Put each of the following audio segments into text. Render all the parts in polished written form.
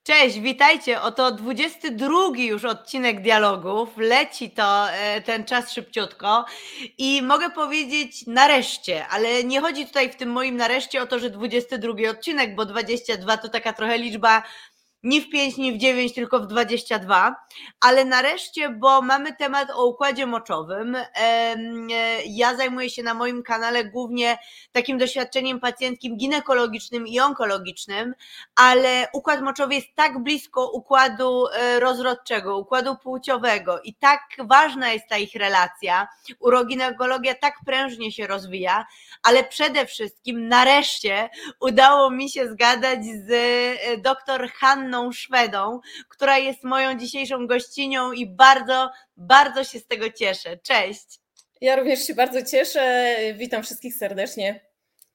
Cześć, witajcie. Oto 22 już odcinek dialogów. Leci ten czas szybciutko i mogę powiedzieć nareszcie, ale nie chodzi tutaj w tym moim nareszcie o to, że 22 odcinek, bo 22 to taka trochę liczba nie w 5, nie w 9, tylko w 22, ale nareszcie, bo mamy temat o układzie moczowym. Ja zajmuję się na moim kanale głównie takim doświadczeniem pacjentkim ginekologicznym i onkologicznym, ale układ moczowy jest tak blisko układu rozrodczego, układu płciowego i tak ważna jest ta ich relacja. Uroginekologia tak prężnie się rozwija, ale przede wszystkim nareszcie udało mi się zgadać z dr Hanną Szwedą, która jest moją dzisiejszą gościnią i bardzo, bardzo się z tego cieszę. Cześć! Ja również się bardzo cieszę. Witam wszystkich serdecznie.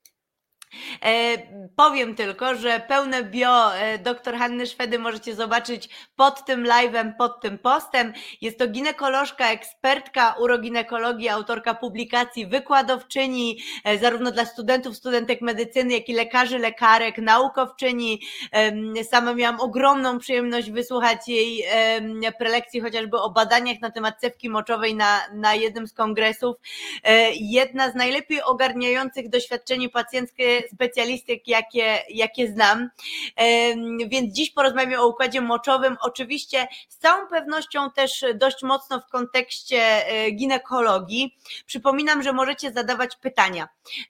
Powiem tylko, że pełne bio dr Hanny Szwedy możecie zobaczyć pod tym live'em, pod tym postem. Jest to ginekolożka, ekspertka uroginekologii, autorka publikacji, wykładowczyni zarówno dla studentów, studentek medycyny, jak i lekarzy, lekarek, naukowczyni. Sama miałam ogromną przyjemność wysłuchać jej prelekcji chociażby o badaniach na temat cewki moczowej na jednym z kongresów. Jedna z najlepiej ogarniających doświadczenie pacjenckie specjalistek, jakie znam, więc dziś porozmawiamy o układzie moczowym, oczywiście z całą pewnością też dość mocno w kontekście ginekologii. Przypominam, że możecie zadawać pytania.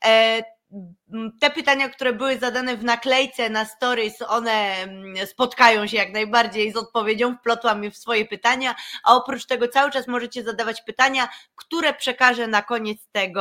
Te pytania, które były zadane w naklejce na stories, one spotkają się jak najbardziej z odpowiedzią, wplotłam je w swoje pytania, a oprócz tego cały czas możecie zadawać pytania, które przekażę na koniec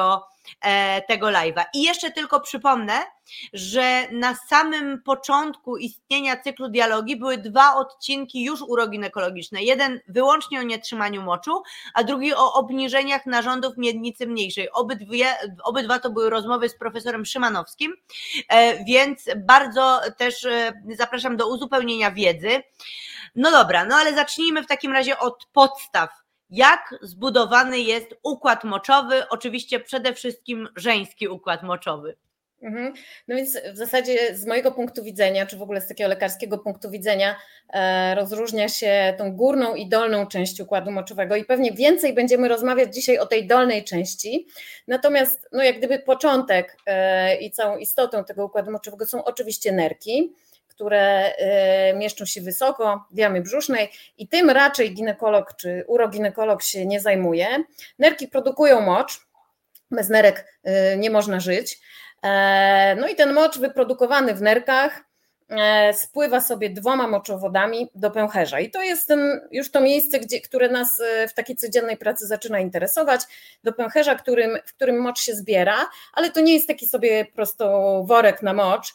tego live'a. I jeszcze tylko przypomnę, że na samym początku istnienia cyklu dialogi były 2 odcinki już uroginekologiczne. Jeden wyłącznie o nietrzymaniu moczu, a drugi o obniżeniach narządów miednicy mniejszej. Obydwa to były rozmowy z profesorem Szymanowskim, więc bardzo też zapraszam do uzupełnienia wiedzy. No dobra, no ale zacznijmy w takim razie od podstaw. Jak zbudowany jest układ moczowy? Oczywiście przede wszystkim żeński układ moczowy. No więc w zasadzie z mojego punktu widzenia, czy w ogóle z takiego lekarskiego punktu widzenia, rozróżnia się tą górną i dolną część układu moczowego i pewnie więcej będziemy rozmawiać dzisiaj o tej dolnej części. Natomiast no jak gdyby początek i całą istotą tego układu moczowego są oczywiście nerki, które mieszczą się wysoko w jamie brzusznej i tym raczej ginekolog czy uroginekolog się nie zajmuje. Nerki produkują mocz, bez nerek nie można żyć. No i ten mocz wyprodukowany w nerkach spływa sobie 2 moczowodami do pęcherza i to jest już to miejsce, które nas w takiej codziennej pracy zaczyna interesować, do pęcherza, w którym mocz się zbiera, ale to nie jest taki sobie prosto worek na mocz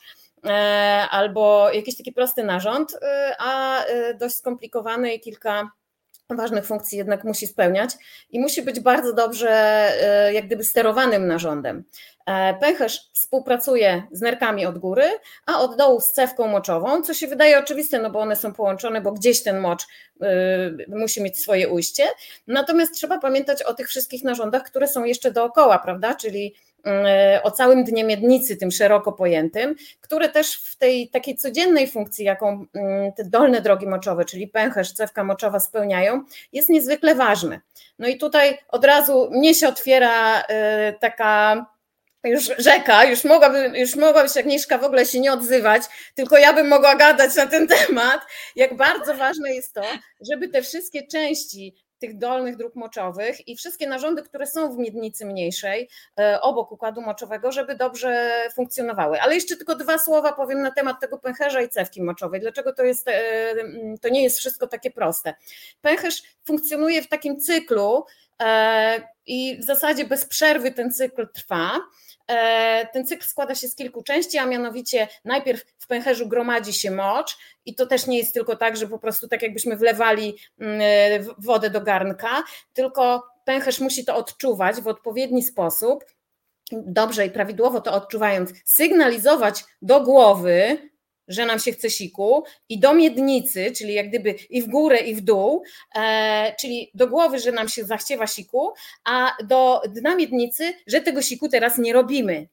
albo jakiś taki prosty narząd, a dość skomplikowany i kilka ważnych funkcji jednak musi spełniać i musi być bardzo dobrze jak gdyby sterowanym narządem. Pęcherz współpracuje z nerkami od góry, a od dołu z cewką moczową, co się wydaje oczywiste, no bo one są połączone, bo gdzieś ten mocz musi mieć swoje ujście. Natomiast trzeba pamiętać o tych wszystkich narządach, które są jeszcze dookoła, prawda? Czyli o całym dnie miednicy, tym szeroko pojętym, które też w tej takiej codziennej funkcji, jaką te dolne drogi moczowe, czyli pęcherz, cewka moczowa spełniają, jest niezwykle ważne. No i tutaj od razu mnie się otwiera taka już rzeka, już mogłabyś Agnieszka w ogóle się nie odzywać, tylko ja bym mogła gadać na ten temat, jak bardzo ważne jest to, żeby te wszystkie części tych dolnych dróg moczowych i wszystkie narządy, które są w miednicy mniejszej, obok układu moczowego, żeby dobrze funkcjonowały. Ale jeszcze tylko 2 słowa powiem na temat tego pęcherza i cewki moczowej. Dlaczego to nie jest wszystko takie proste? Pęcherz funkcjonuje w takim cyklu i w zasadzie bez przerwy ten cykl trwa. Ten cykl składa się z kilku części, a mianowicie najpierw w pęcherzu gromadzi się mocz i to też nie jest tylko tak, że po prostu tak jakbyśmy wlewali wodę do garnka, tylko pęcherz musi to odczuwać w odpowiedni sposób, dobrze i prawidłowo to odczuwając, sygnalizować do głowy, że nam się chce siku i do miednicy, czyli jak gdyby i w górę i w dół, czyli do głowy, że nam się zachciewa siku, a do dna miednicy, że tego siku teraz nie robimy.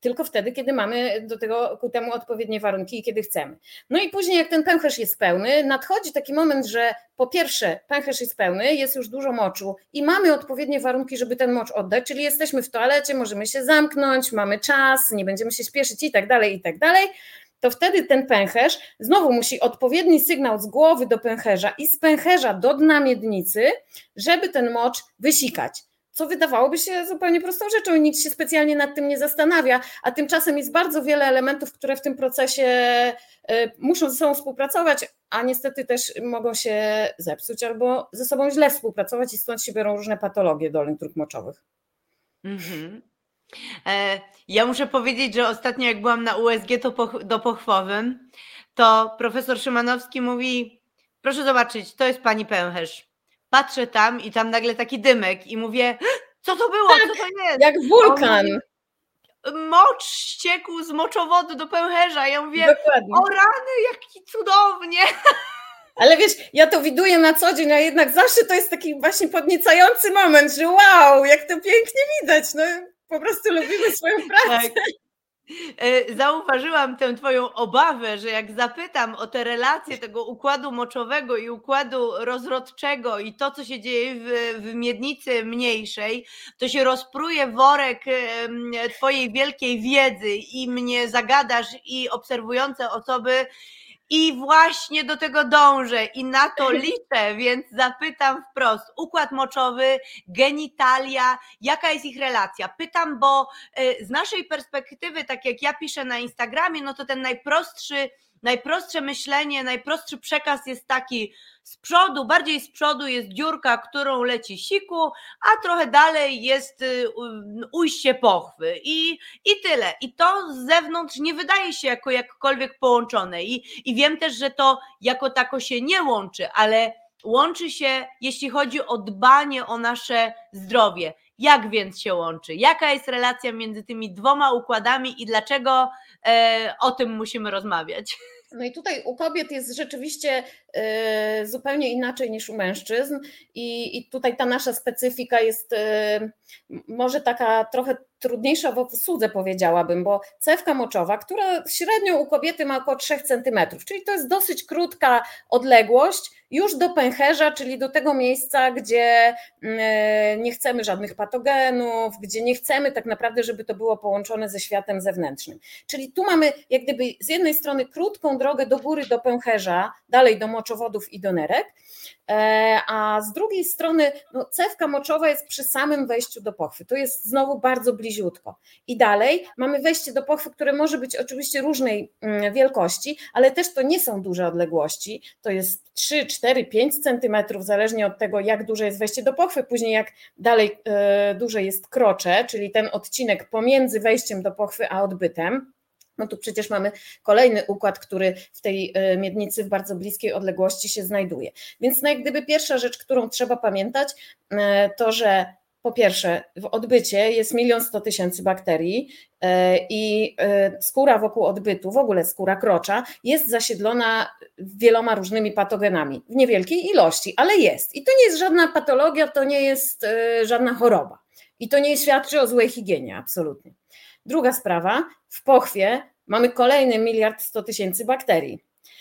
tylko wtedy, kiedy mamy do tego ku temu odpowiednie warunki i kiedy chcemy. No i później jak ten pęcherz jest pełny, nadchodzi taki moment, że po pierwsze pęcherz jest pełny, jest już dużo moczu i mamy odpowiednie warunki, żeby ten mocz oddać, czyli jesteśmy w toalecie, możemy się zamknąć, mamy czas, nie będziemy się śpieszyć i tak dalej, to wtedy ten pęcherz znowu musi odpowiedni sygnał z głowy do pęcherza i z pęcherza do dna miednicy, żeby ten mocz wysikać. Co wydawałoby się zupełnie prostą rzeczą i nikt się specjalnie nad tym nie zastanawia, a tymczasem jest bardzo wiele elementów, które w tym procesie muszą ze sobą współpracować, a niestety też mogą się zepsuć albo ze sobą źle współpracować i stąd się biorą różne patologie dolnych dróg moczowych. Mhm. Ja muszę powiedzieć, że ostatnio jak byłam na USG dopochwowym, to profesor Szymanowski mówi, proszę zobaczyć, to jest pani pęcherz. Patrzę tam i tam nagle taki dymek i mówię, co to było, co to jest? Jak wulkan. Mocz ściekł z moczowodu do pęcherza. Ja mówię, Dokładnie. o rany, jaki cudownie. Ale wiesz, ja to widuję na co dzień, a jednak zawsze to jest taki właśnie podniecający moment, że wow, jak to pięknie widać, no po prostu lubimy swoją pracę. Tak. Zauważyłam tę twoją obawę, że jak zapytam o te relacje tego układu moczowego i układu rozrodczego i to, co się dzieje w miednicy mniejszej, to się rozpruje worek twojej wielkiej wiedzy i mnie zagadasz i obserwujące osoby i właśnie do tego dążę i na to liczę, więc zapytam wprost. Układ moczowy, genitalia, jaka jest ich relacja? Pytam, bo z naszej perspektywy, tak jak ja piszę na Instagramie, no to ten najprostsze myślenie, najprostszy przekaz jest taki z przodu, bardziej z przodu jest dziurka, którą leci siku, a trochę dalej jest ujście pochwy i tyle. I to z zewnątrz nie wydaje się jako jakkolwiek połączone i wiem też, że to jako tako się nie łączy, ale łączy się, jeśli chodzi o dbanie o nasze zdrowie. Jak więc się łączy? Jaka jest relacja między tymi dwoma układami i dlaczego o tym musimy rozmawiać? No i tutaj u kobiet jest rzeczywiście zupełnie inaczej niż u mężczyzn i tutaj ta nasza specyfika jest może taka trochę trudniejsza w obsłudze, powiedziałabym, bo cewka moczowa, która średnio u kobiety ma około 3 cm, czyli to jest dosyć krótka odległość już do pęcherza, czyli do tego miejsca, gdzie nie chcemy żadnych patogenów, gdzie nie chcemy tak naprawdę, żeby to było połączone ze światem zewnętrznym. Czyli tu mamy jak gdyby z jednej strony krótką drogę do góry do pęcherza, dalej do moczowodów i do nerek, a z drugiej strony no, cewka moczowa jest przy samym wejściu do pochwy, to jest znowu bardzo bliziutko i dalej mamy wejście do pochwy, które może być oczywiście różnej wielkości, ale też to nie są duże odległości, to jest 3, 4, 5 centymetrów, zależnie od tego jak duże jest wejście do pochwy, później jak dalej duże jest krocze, czyli ten odcinek pomiędzy wejściem do pochwy a odbytem. No tu przecież mamy kolejny układ, który w tej miednicy w bardzo bliskiej odległości się znajduje. Więc no jak gdyby pierwsza rzecz, którą trzeba pamiętać, to że po pierwsze w odbycie jest 1 100 000 bakterii i skóra wokół odbytu, w ogóle skóra krocza jest zasiedlona wieloma różnymi patogenami w niewielkiej ilości, ale jest. I to nie jest żadna patologia, to nie jest żadna choroba i to nie świadczy o złej higienie, absolutnie. Druga sprawa, w pochwie mamy kolejny 1 100 000 bakterii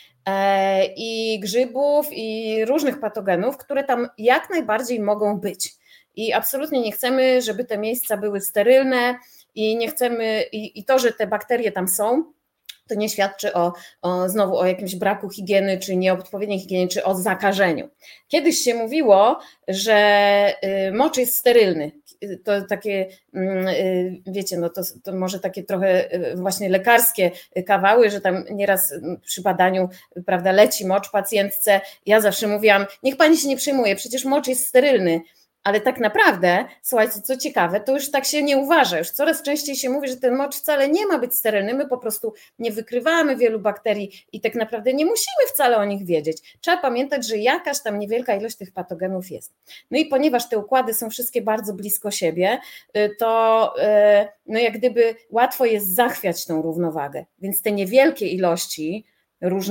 i grzybów i różnych patogenów, które tam jak najbardziej mogą być i absolutnie nie chcemy, żeby te miejsca były sterylne i nie chcemy, i to, że te bakterie tam są, to nie świadczy znowu o jakimś braku higieny, czy nieodpowiedniej higienie, czy o zakażeniu. Kiedyś się mówiło, że mocz jest sterylny. To takie, wiecie, no to może takie trochę właśnie lekarskie kawały, że tam nieraz przy badaniu, prawda, leci mocz pacjentce. Ja zawsze mówiłam, niech pani się nie przejmuje, przecież mocz jest sterylny. Ale tak naprawdę, słuchajcie, co ciekawe, to już tak się nie uważa, już coraz częściej się mówi, że ten mocz wcale nie ma być sterylny, my po prostu nie wykrywamy wielu bakterii i tak naprawdę nie musimy wcale o nich wiedzieć. Trzeba pamiętać, że jakaś tam niewielka ilość tych patogenów jest. No i ponieważ te układy są wszystkie bardzo blisko siebie, to no jak gdyby łatwo jest zachwiać tą równowagę, więc te niewielkie ilości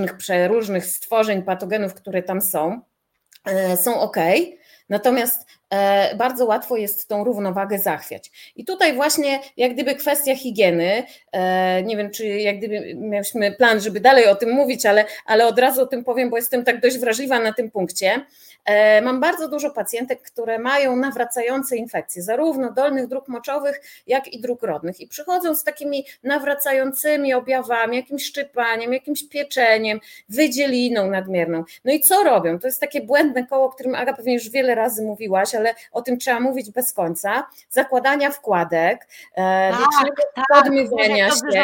różnych stworzeń, patogenów, które tam są ok. Natomiast bardzo łatwo jest tą równowagę zachwiać. I tutaj właśnie jak gdyby kwestia higieny, nie wiem, czy jak gdyby mieliśmy plan, żeby dalej o tym mówić, ale od razu o tym powiem, bo jestem tak dość wrażliwa na tym punkcie. Mam bardzo dużo pacjentek, które mają nawracające infekcje, zarówno dolnych dróg moczowych, jak i dróg rodnych i przychodzą z takimi nawracającymi objawami, jakimś szczypaniem, jakimś pieczeniem, wydzieliną nadmierną. No i co robią? To jest takie błędne koło, o którym Aga pewnie już wiele razy mówiłaś, ale o tym trzeba mówić bez końca. Zakładania wkładek, wiecznego podmywania się,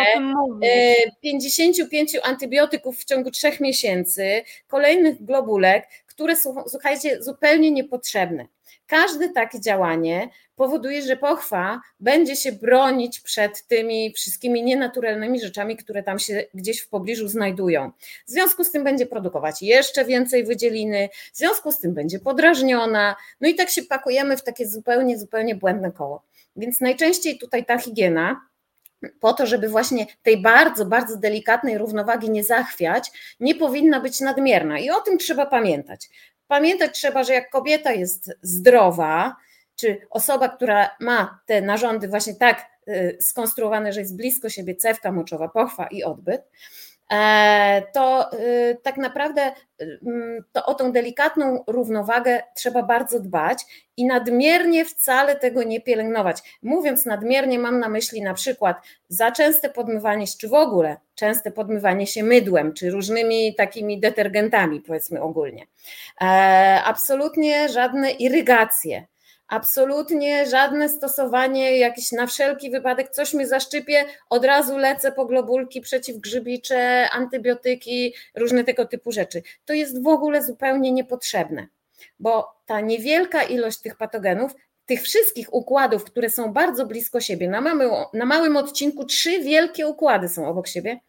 55 antybiotyków w ciągu 3 miesięcy, kolejnych globulek, które są, słuchajcie, zupełnie niepotrzebne. Każde takie działanie powoduje, że pochwa będzie się bronić przed tymi wszystkimi nienaturalnymi rzeczami, które tam się gdzieś w pobliżu znajdują. W związku z tym będzie produkować jeszcze więcej wydzieliny, w związku z tym będzie podrażniona, no i tak się pakujemy w takie zupełnie błędne koło. Więc najczęściej tutaj ta higiena, po to, żeby właśnie tej bardzo delikatnej równowagi nie zachwiać, nie powinna być nadmierna i o tym trzeba pamiętać. Pamiętać trzeba, że jak kobieta jest zdrowa, czy osoba, która ma te narządy właśnie tak skonstruowane, że jest blisko siebie cewka moczowa, pochwa i odbyt, to tak naprawdę to o tą delikatną równowagę trzeba bardzo dbać i nadmiernie wcale tego nie pielęgnować. Mówiąc nadmiernie, mam na myśli na przykład za częste podmywanie się, czy w ogóle częste podmywanie się mydłem, czy różnymi takimi detergentami, powiedzmy ogólnie. Absolutnie żadne irygacje. Absolutnie żadne stosowanie jakieś na wszelki wypadek, coś mnie zaszczypie, od razu lecę po globulki przeciwgrzybicze, antybiotyki, różne tego typu rzeczy. To jest w ogóle zupełnie niepotrzebne, bo ta niewielka ilość tych patogenów, tych wszystkich układów, które są bardzo blisko siebie, na małym odcinku 3 wielkie układy są obok siebie,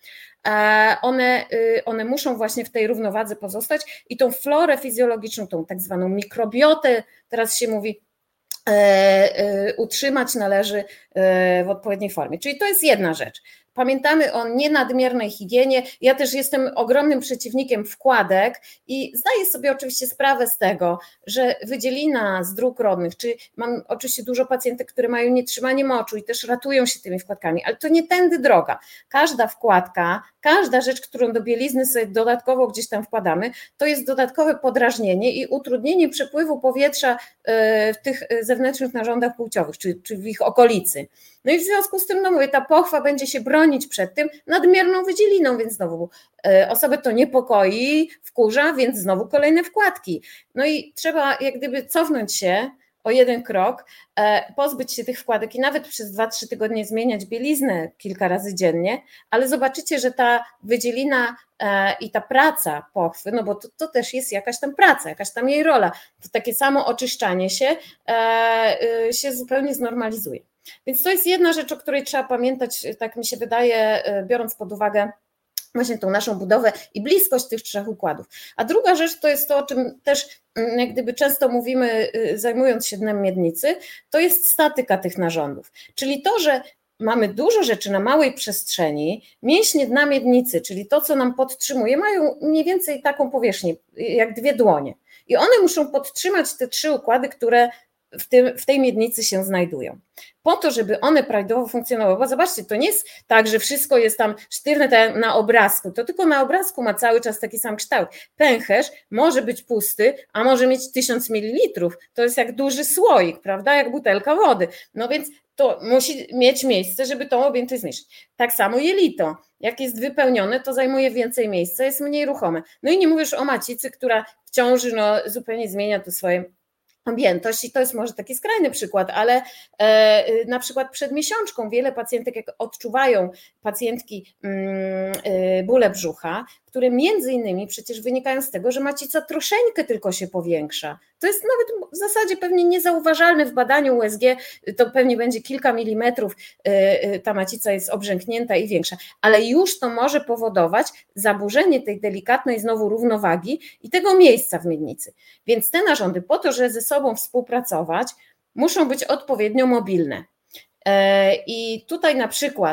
one muszą właśnie w tej równowadze pozostać i tą florę fizjologiczną, tą tak zwaną mikrobiotę, teraz się mówi, utrzymać należy w odpowiedniej formie. Czyli to jest jedna rzecz. Pamiętamy o nienadmiernej higienie. Ja też jestem ogromnym przeciwnikiem wkładek i zdaję sobie oczywiście sprawę z tego, że wydzielina z dróg rodnych, czy mam oczywiście dużo pacjentek, które mają nietrzymanie moczu i też ratują się tymi wkładkami, ale to nie tędy droga. Każda wkładka, każda rzecz, którą do bielizny sobie dodatkowo gdzieś tam wkładamy, to jest dodatkowe podrażnienie i utrudnienie przepływu powietrza w tych zewnętrznych narządach płciowych, czy w ich okolicy. No i w związku z tym, no mówię, ta pochwa będzie się bronić przed tym nadmierną wydzieliną, więc znowu osobę to niepokoi, wkurza, więc znowu kolejne wkładki. No i trzeba jak gdyby cofnąć się o jeden krok, pozbyć się tych wkładek i nawet przez 2-3 tygodnie zmieniać bieliznę kilka razy dziennie, ale zobaczycie, że ta wydzielina i ta praca pochwy, no bo to też jest jakaś tam praca, jakaś tam jej rola, to takie samo oczyszczanie się zupełnie znormalizuje. Więc to jest jedna rzecz, o której trzeba pamiętać, tak mi się wydaje, biorąc pod uwagę właśnie tą naszą budowę i bliskość tych 3 układów. A druga rzecz to jest to, o czym też jak gdyby często mówimy, zajmując się dnem miednicy, to jest statyka tych narządów. Czyli to, że mamy dużo rzeczy na małej przestrzeni, mięśnie dna miednicy, czyli to, co nam podtrzymuje, mają mniej więcej taką powierzchnię, jak 2 dłonie. I one muszą podtrzymać te 3 układy, które w tej miednicy się znajdują. Po to, żeby one prawidłowo funkcjonowały, bo zobaczcie, to nie jest tak, że wszystko jest tam sztywne tak na obrazku, to tylko na obrazku ma cały czas taki sam kształt. Pęcherz może być pusty, a może mieć 1000 ml, to jest jak duży słoik, prawda, jak butelka wody, no więc to musi mieć miejsce, żeby tą objętość zniszczyć. Tak samo jelito, jak jest wypełnione, to zajmuje więcej miejsca, jest mniej ruchome. No i nie mówisz o macicy, która w ciąży zupełnie zmienia to swoje objętość i to jest może taki skrajny przykład, ale na przykład przed miesiączką wiele pacjentek, jak odczuwają pacjentki bóle brzucha, które między innymi przecież wynikają z tego, że macica troszeczkę tylko się powiększa. To jest nawet w zasadzie pewnie niezauważalne w badaniu USG, to pewnie będzie kilka milimetrów, ta macica jest obrzęknięta i większa, ale już to może powodować zaburzenie tej delikatnej znowu równowagi i tego miejsca w miednicy. Więc te narządy po to, żeby ze sobą współpracować, muszą być odpowiednio mobilne. I tutaj na przykład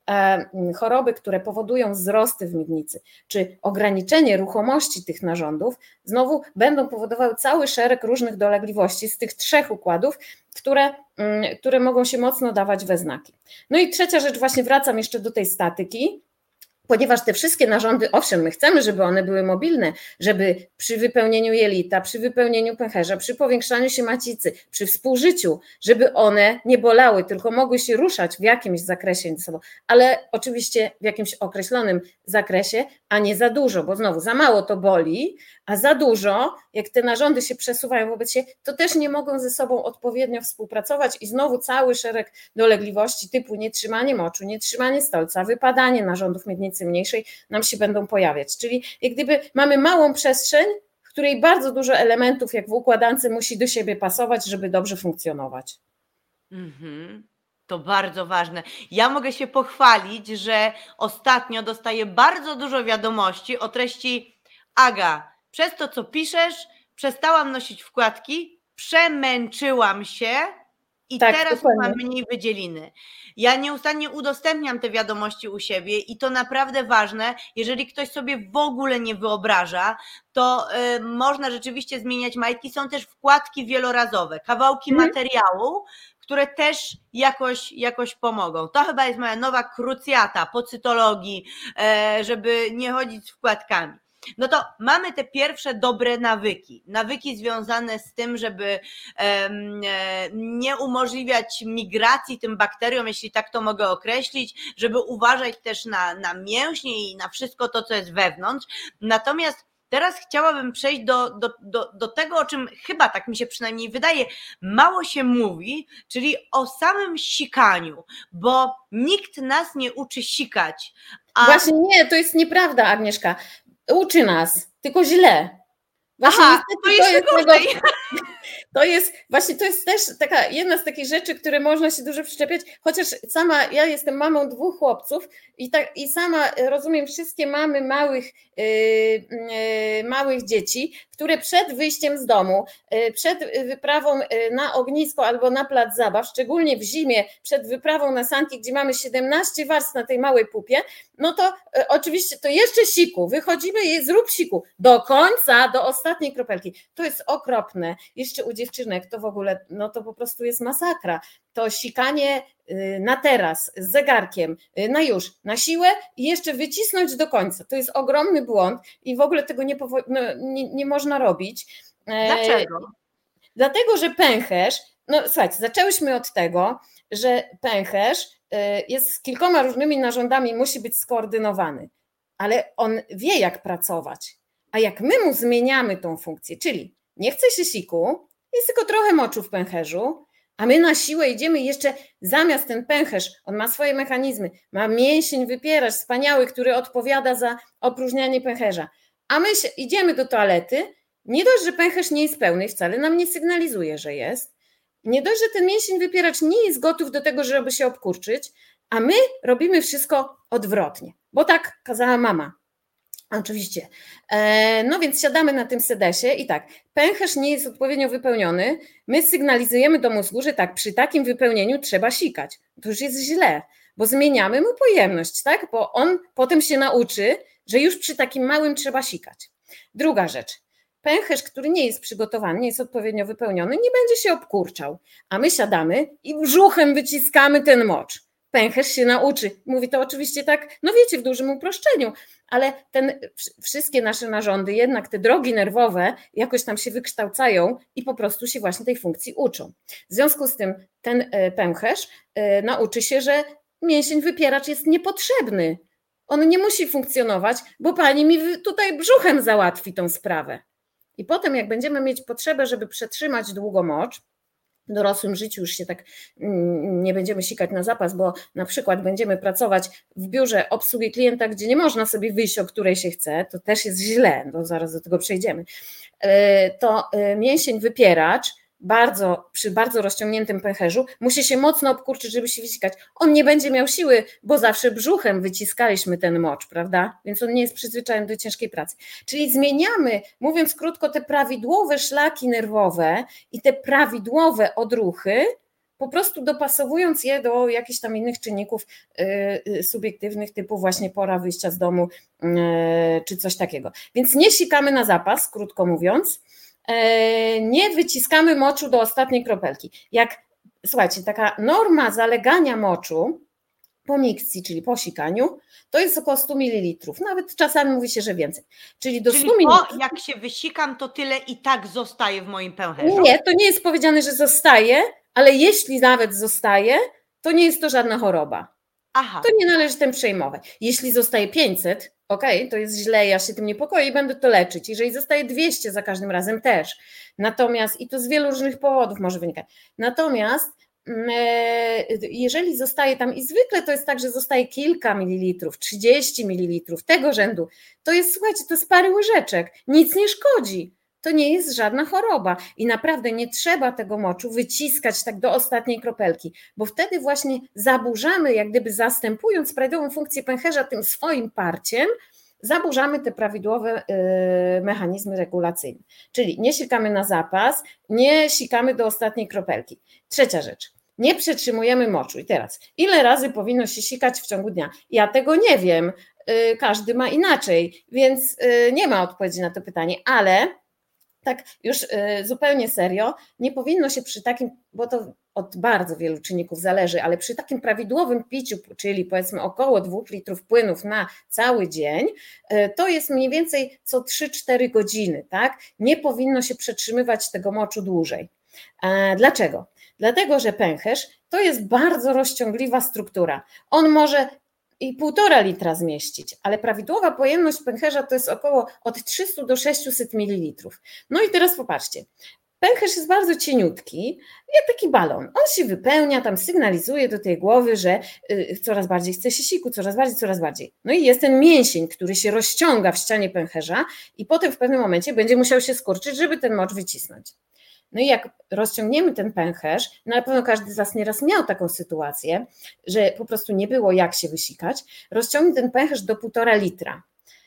choroby, które powodują wzrosty w miednicy, czy ograniczenie ruchomości tych narządów, znowu będą powodowały cały szereg różnych dolegliwości z tych 3 układów, które mogą się mocno dawać we znaki. No i trzecia rzecz, właśnie wracam jeszcze do tej statyki, ponieważ te wszystkie narządy, owszem, my chcemy, żeby one były mobilne, żeby przy wypełnieniu jelita, przy wypełnieniu pęcherza, przy powiększaniu się macicy, przy współżyciu, żeby one nie bolały, tylko mogły się ruszać w jakimś zakresie ze sobą, ale oczywiście w jakimś określonym zakresie, a nie za dużo, bo znowu za mało to boli, a za dużo, jak te narządy się przesuwają wobec siebie, to też nie mogą ze sobą odpowiednio współpracować i znowu cały szereg dolegliwości typu nietrzymanie moczu, nietrzymanie stolca, wypadanie narządów miednicy mniejszej nam się będą pojawiać. Czyli jak gdyby mamy małą przestrzeń, w której bardzo dużo elementów, jak w układance, musi do siebie pasować, żeby dobrze funkcjonować. To bardzo ważne. Ja mogę się pochwalić, że ostatnio dostaję bardzo dużo wiadomości o treści: Aga, przez to, co piszesz, przestałam nosić wkładki, przemęczyłam się i Tak, teraz dokładnie. mam mniej wydzieliny. Ja nieustannie udostępniam te wiadomości u siebie i to naprawdę ważne. Jeżeli ktoś sobie w ogóle nie wyobraża, to można rzeczywiście zmieniać majtki. Są też wkładki wielorazowe, kawałki materiału, które też jakoś pomogą. To chyba jest moja nowa krucjata po cytologii, żeby nie chodzić z wkładkami. No to mamy te pierwsze dobre nawyki związane z tym, żeby nie umożliwiać migracji tym bakteriom, jeśli tak to mogę określić, żeby uważać też na mięśnie i na wszystko to, co jest wewnątrz. Natomiast teraz chciałabym przejść do tego, o czym chyba, tak mi się przynajmniej wydaje, mało się mówi, czyli o samym sikaniu, bo nikt nas nie uczy sikać. Właśnie nie, to jest nieprawda, Agnieszka. Uczy nas, tylko źle. Właśnie to jeszcze gorzej. To jest też taka jedna z takich rzeczy, które można się dużo przyczepiać, chociaż sama ja jestem mamą 2 chłopców i sama rozumiem wszystkie mamy małych dzieci, które przed wyjściem z domu, przed wyprawą na ognisko albo na plac zabaw, szczególnie w zimie, przed wyprawą na sanki, gdzie mamy 17 warstw na tej małej pupie, no to oczywiście to jeszcze siku, wychodzimy i zrób siku do końca, do ostatniej kropelki. To jest okropne. Jeszcze u dziewczynek to w ogóle, no to po prostu jest masakra. To sikanie na teraz, z zegarkiem, na siłę i jeszcze wycisnąć do końca. To jest ogromny błąd i w ogóle tego nie można robić. Dlaczego? Dlatego, że pęcherz, no słuchajcie, zaczęłyśmy od tego, że pęcherz jest z kilkoma różnymi narządami, musi być skoordynowany, ale on wie, jak pracować. A jak my mu zmieniamy tą funkcję, czyli nie chce się siku, jest tylko trochę moczu w pęcherzu, a my na siłę idziemy i jeszcze zamiast ten pęcherz, on ma swoje mechanizmy, ma mięsień wypieracz wspaniały, który odpowiada za opróżnianie pęcherza, a my idziemy do toalety, nie dość, że pęcherz nie jest pełny, wcale nam nie sygnalizuje, że jest, nie dość, że ten mięsień wypieracz nie jest gotów do tego, żeby się obkurczyć, a my robimy wszystko odwrotnie, bo tak kazała mama. Oczywiście. No więc siadamy na tym sedesie i tak, pęcherz nie jest odpowiednio wypełniony, my sygnalizujemy do mózgu, że tak, przy takim wypełnieniu trzeba sikać. To już jest źle, bo zmieniamy mu pojemność, tak? Bo on potem się nauczy, że już przy takim małym trzeba sikać. Druga rzecz, pęcherz, który nie jest przygotowany, nie jest odpowiednio wypełniony, nie będzie się obkurczał, a my siadamy i brzuchem wyciskamy ten mocz. Pęcherz się nauczy. Mówi to oczywiście tak, no wiecie, w dużym uproszczeniu, ale wszystkie nasze narządy, jednak te drogi nerwowe jakoś tam się wykształcają i po prostu się właśnie tej funkcji uczą. W związku z tym ten pęcherz nauczy się, że mięsień wypieracz jest niepotrzebny. On nie musi funkcjonować, bo pani mi tutaj brzuchem załatwi tą sprawę. I potem jak będziemy mieć potrzebę, żeby przetrzymać długo mocz, w dorosłym życiu już się tak nie będziemy sikać na zapas, bo na przykład będziemy pracować w biurze obsługi klienta, gdzie nie można sobie wyjść, o której się chce, to też jest źle, bo zaraz do tego przejdziemy. To mięsień wypieracz przy bardzo rozciągniętym pęcherzu musi się mocno obkurczyć, żeby się wysikać. On nie będzie miał siły, bo zawsze brzuchem wyciskaliśmy ten mocz, prawda? Więc on nie jest przyzwyczajony do ciężkiej pracy. Czyli zmieniamy, mówiąc krótko, te prawidłowe szlaki nerwowe i te prawidłowe odruchy po prostu dopasowując je do jakichś tam innych czynników subiektywnych, typu właśnie pora wyjścia z domu czy coś takiego. Więc nie sikamy na zapas, krótko mówiąc, nie wyciskamy moczu do ostatniej kropelki. Słuchajcie, taka norma zalegania moczu po mikcji, czyli po sikaniu, to jest około 100 ml, nawet czasami mówi się, że więcej. Czyli do 100 ml. Jak się wysikam, to tyle i tak zostaje w moim pęcherzu? Nie, to nie jest powiedziane, że zostaje, ale jeśli nawet zostaje, to nie jest to żadna choroba. Aha. To nie należy tym przejmować. Jeśli zostaje 500, to jest źle, ja się tym niepokoję i będę to leczyć. Jeżeli zostaje 200 za każdym razem też. Natomiast, i to z wielu różnych powodów może wynikać. Natomiast jeżeli zostaje tam, i zwykle to jest tak, że zostaje kilka mililitrów, 30 mililitrów, tego rzędu, to jest, słuchajcie, to jest parę łyżeczek, nic nie szkodzi. To nie jest żadna choroba i naprawdę nie trzeba tego moczu wyciskać tak do ostatniej kropelki, bo wtedy właśnie zaburzamy, jak gdyby zastępując prawidłową funkcję pęcherza tym swoim parciem, zaburzamy te prawidłowe mechanizmy regulacyjne. Czyli nie sikamy na zapas, nie sikamy do ostatniej kropelki. Trzecia rzecz, nie przetrzymujemy moczu. I teraz, ile razy powinno się sikać w ciągu dnia? Ja tego nie wiem, każdy ma inaczej, więc nie ma odpowiedzi na to pytanie, ale tak już zupełnie serio, nie powinno się przy takim, bo to od bardzo wielu czynników zależy, ale przy takim prawidłowym piciu, czyli powiedzmy około 2 litrów płynów na cały dzień, to jest mniej więcej co 3-4 godziny, tak? Nie powinno się przetrzymywać tego moczu dłużej. Dlaczego? Dlatego, że pęcherz to jest bardzo rozciągliwa struktura. On może i 1,5 litra zmieścić, ale prawidłowa pojemność pęcherza to jest około od 300 do 600 ml. No i teraz popatrzcie, pęcherz jest bardzo cieniutki, jak taki balon. On się wypełnia, tam sygnalizuje do tej głowy, że coraz bardziej chce się siku, coraz bardziej. No i jest ten mięsień, który się rozciąga w ścianie pęcherza i potem w pewnym momencie będzie musiał się skurczyć, żeby ten mocz wycisnąć. No i jak rozciągniemy ten pęcherz, na pewno każdy z Was nieraz miał taką sytuację, że po prostu nie było jak się wysikać, rozciągnij ten pęcherz do 1,5 litra.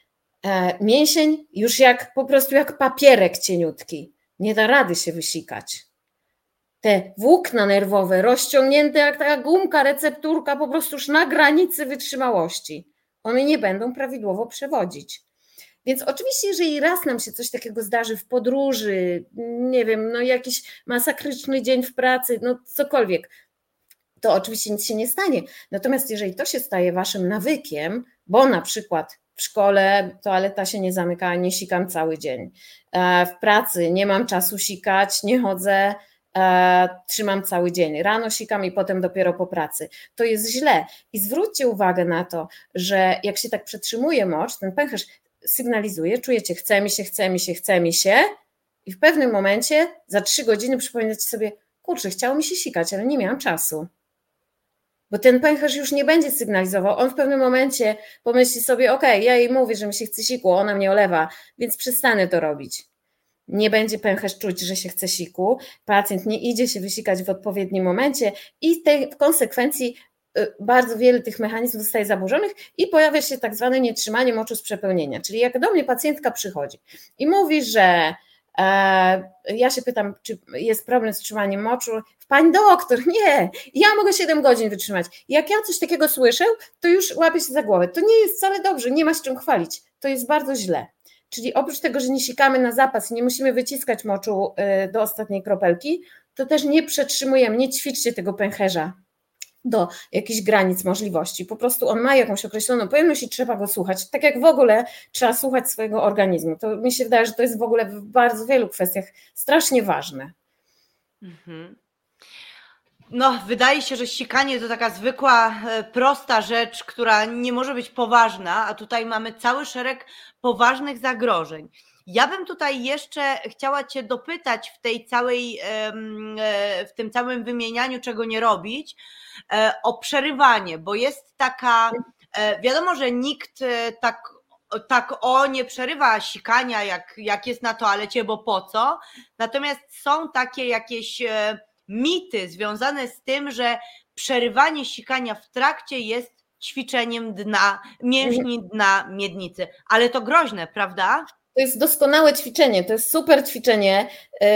Mięsień już po prostu jak papierek cieniutki, nie da rady się wysikać. Te włókna nerwowe rozciągnięte jak taka gumka, recepturka, po prostu już na granicy wytrzymałości. One nie będą prawidłowo przewodzić. Więc oczywiście, jeżeli raz nam się coś takiego zdarzy w podróży, nie wiem, no jakiś masakryczny dzień w pracy, no cokolwiek, to oczywiście nic się nie stanie. Natomiast jeżeli to się staje waszym nawykiem, bo na przykład w szkole toaleta się nie zamyka, nie sikam cały dzień, w pracy nie mam czasu sikać, nie chodzę, trzymam cały dzień, rano sikam i potem dopiero po pracy, to jest źle. I zwróćcie uwagę na to, że jak się tak przetrzymuje mocz, ten pęcherz sygnalizuje, czujecie, chce mi się i w pewnym momencie za 3 godziny przypominacie sobie, kurczę, chciało mi się sikać, ale nie miałam czasu. Bo ten pęcherz już nie będzie sygnalizował, on w pewnym momencie pomyśli sobie, ja jej mówię, że mi się chce siku, ona mnie olewa, więc przestanę to robić. Nie będzie pęcherz czuć, że się chce siku, pacjent nie idzie się wysikać w odpowiednim momencie i w konsekwencji bardzo wiele tych mechanizmów zostaje zaburzonych i pojawia się tak zwane nietrzymanie moczu z przepełnienia. Czyli jak do mnie pacjentka przychodzi i mówi, że ja się pytam, czy jest problem z trzymaniem moczu, pani doktor, nie, ja mogę 7 godzin wytrzymać. Jak ja coś takiego słyszę, to już łapię się za głowę. To nie jest wcale dobrze, nie ma się czym chwalić, to jest bardzo źle. Czyli oprócz tego, że nie sikamy na zapas i nie musimy wyciskać moczu do ostatniej kropelki, to też nie przetrzymujemy, nie ćwiczcie tego pęcherza do jakichś granic możliwości. Po prostu on ma jakąś określoną pojemność i trzeba go słuchać. Tak jak w ogóle trzeba słuchać swojego organizmu. To mi się wydaje, że to jest w ogóle w bardzo wielu kwestiach strasznie ważne. No, wydaje się, że sikanie to taka zwykła, prosta rzecz, która nie może być poważna, a tutaj mamy cały szereg poważnych zagrożeń. Ja bym tutaj jeszcze chciała Cię dopytać w tym całym wymienianiu, czego nie robić, o przerywanie, bo jest taka, wiadomo, że nikt tak nie przerywa sikania, jak jest na toalecie, bo po co? Natomiast są takie jakieś mity związane z tym, że przerywanie sikania w trakcie jest ćwiczeniem dna, mięśni dna miednicy. Ale to groźne, prawda? To jest doskonałe ćwiczenie, to jest super ćwiczenie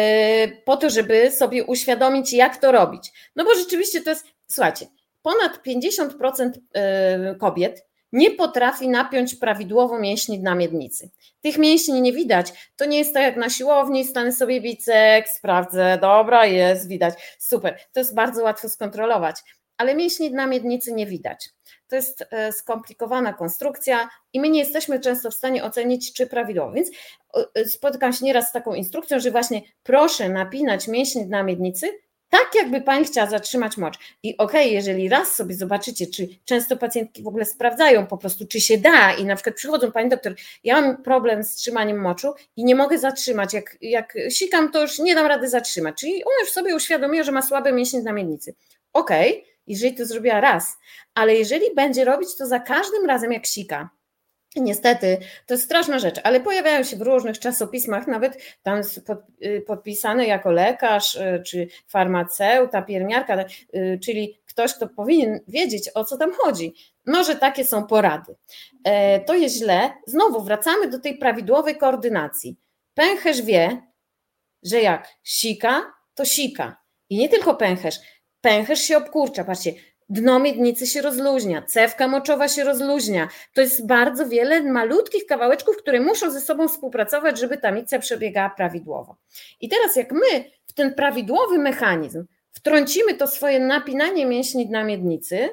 po to, żeby sobie uświadomić, jak to robić. No bo rzeczywiście to jest, słuchajcie, ponad 50% kobiet nie potrafi napiąć prawidłowo mięśni dna miednicy. Tych mięśni nie widać. To nie jest tak jak na siłowni, stanę sobie biceps, sprawdzę, dobra, jest, widać, super. To jest bardzo łatwo skontrolować, ale mięśni dna miednicy nie widać. To jest skomplikowana konstrukcja i my nie jesteśmy często w stanie ocenić, czy prawidłowo. Więc spotykam się nieraz z taką instrukcją, że właśnie proszę napinać mięśnie dna miednicy, tak jakby pani chciała zatrzymać mocz. I jeżeli raz sobie zobaczycie, czy często pacjentki w ogóle sprawdzają po prostu, czy się da i na przykład przychodzą, pani doktor, ja mam problem z trzymaniem moczu i nie mogę zatrzymać, jak sikam, to już nie dam rady zatrzymać. Czyli ona już sobie uświadomiła, że ma słabe mięśnie dna miednicy. Jeżeli to zrobiła raz, ale jeżeli będzie robić to za każdym razem, jak sika, niestety, to jest straszna rzecz, ale pojawiają się w różnych czasopismach, nawet tam podpisane jako lekarz, czy farmaceuta, pielęgniarka, czyli ktoś, kto powinien wiedzieć, o co tam chodzi. No, że takie są porady. To jest źle. Znowu wracamy do tej prawidłowej koordynacji. Pęcherz wie, że jak sika, to sika. I nie tylko pęcherz. Pęcherz się obkurcza, patrzcie, dno miednicy się rozluźnia, cewka moczowa się rozluźnia. To jest bardzo wiele malutkich kawałeczków, które muszą ze sobą współpracować, żeby ta mikcja przebiegała prawidłowo. I teraz jak my w ten prawidłowy mechanizm wtrącimy to swoje napinanie mięśni dna miednicy,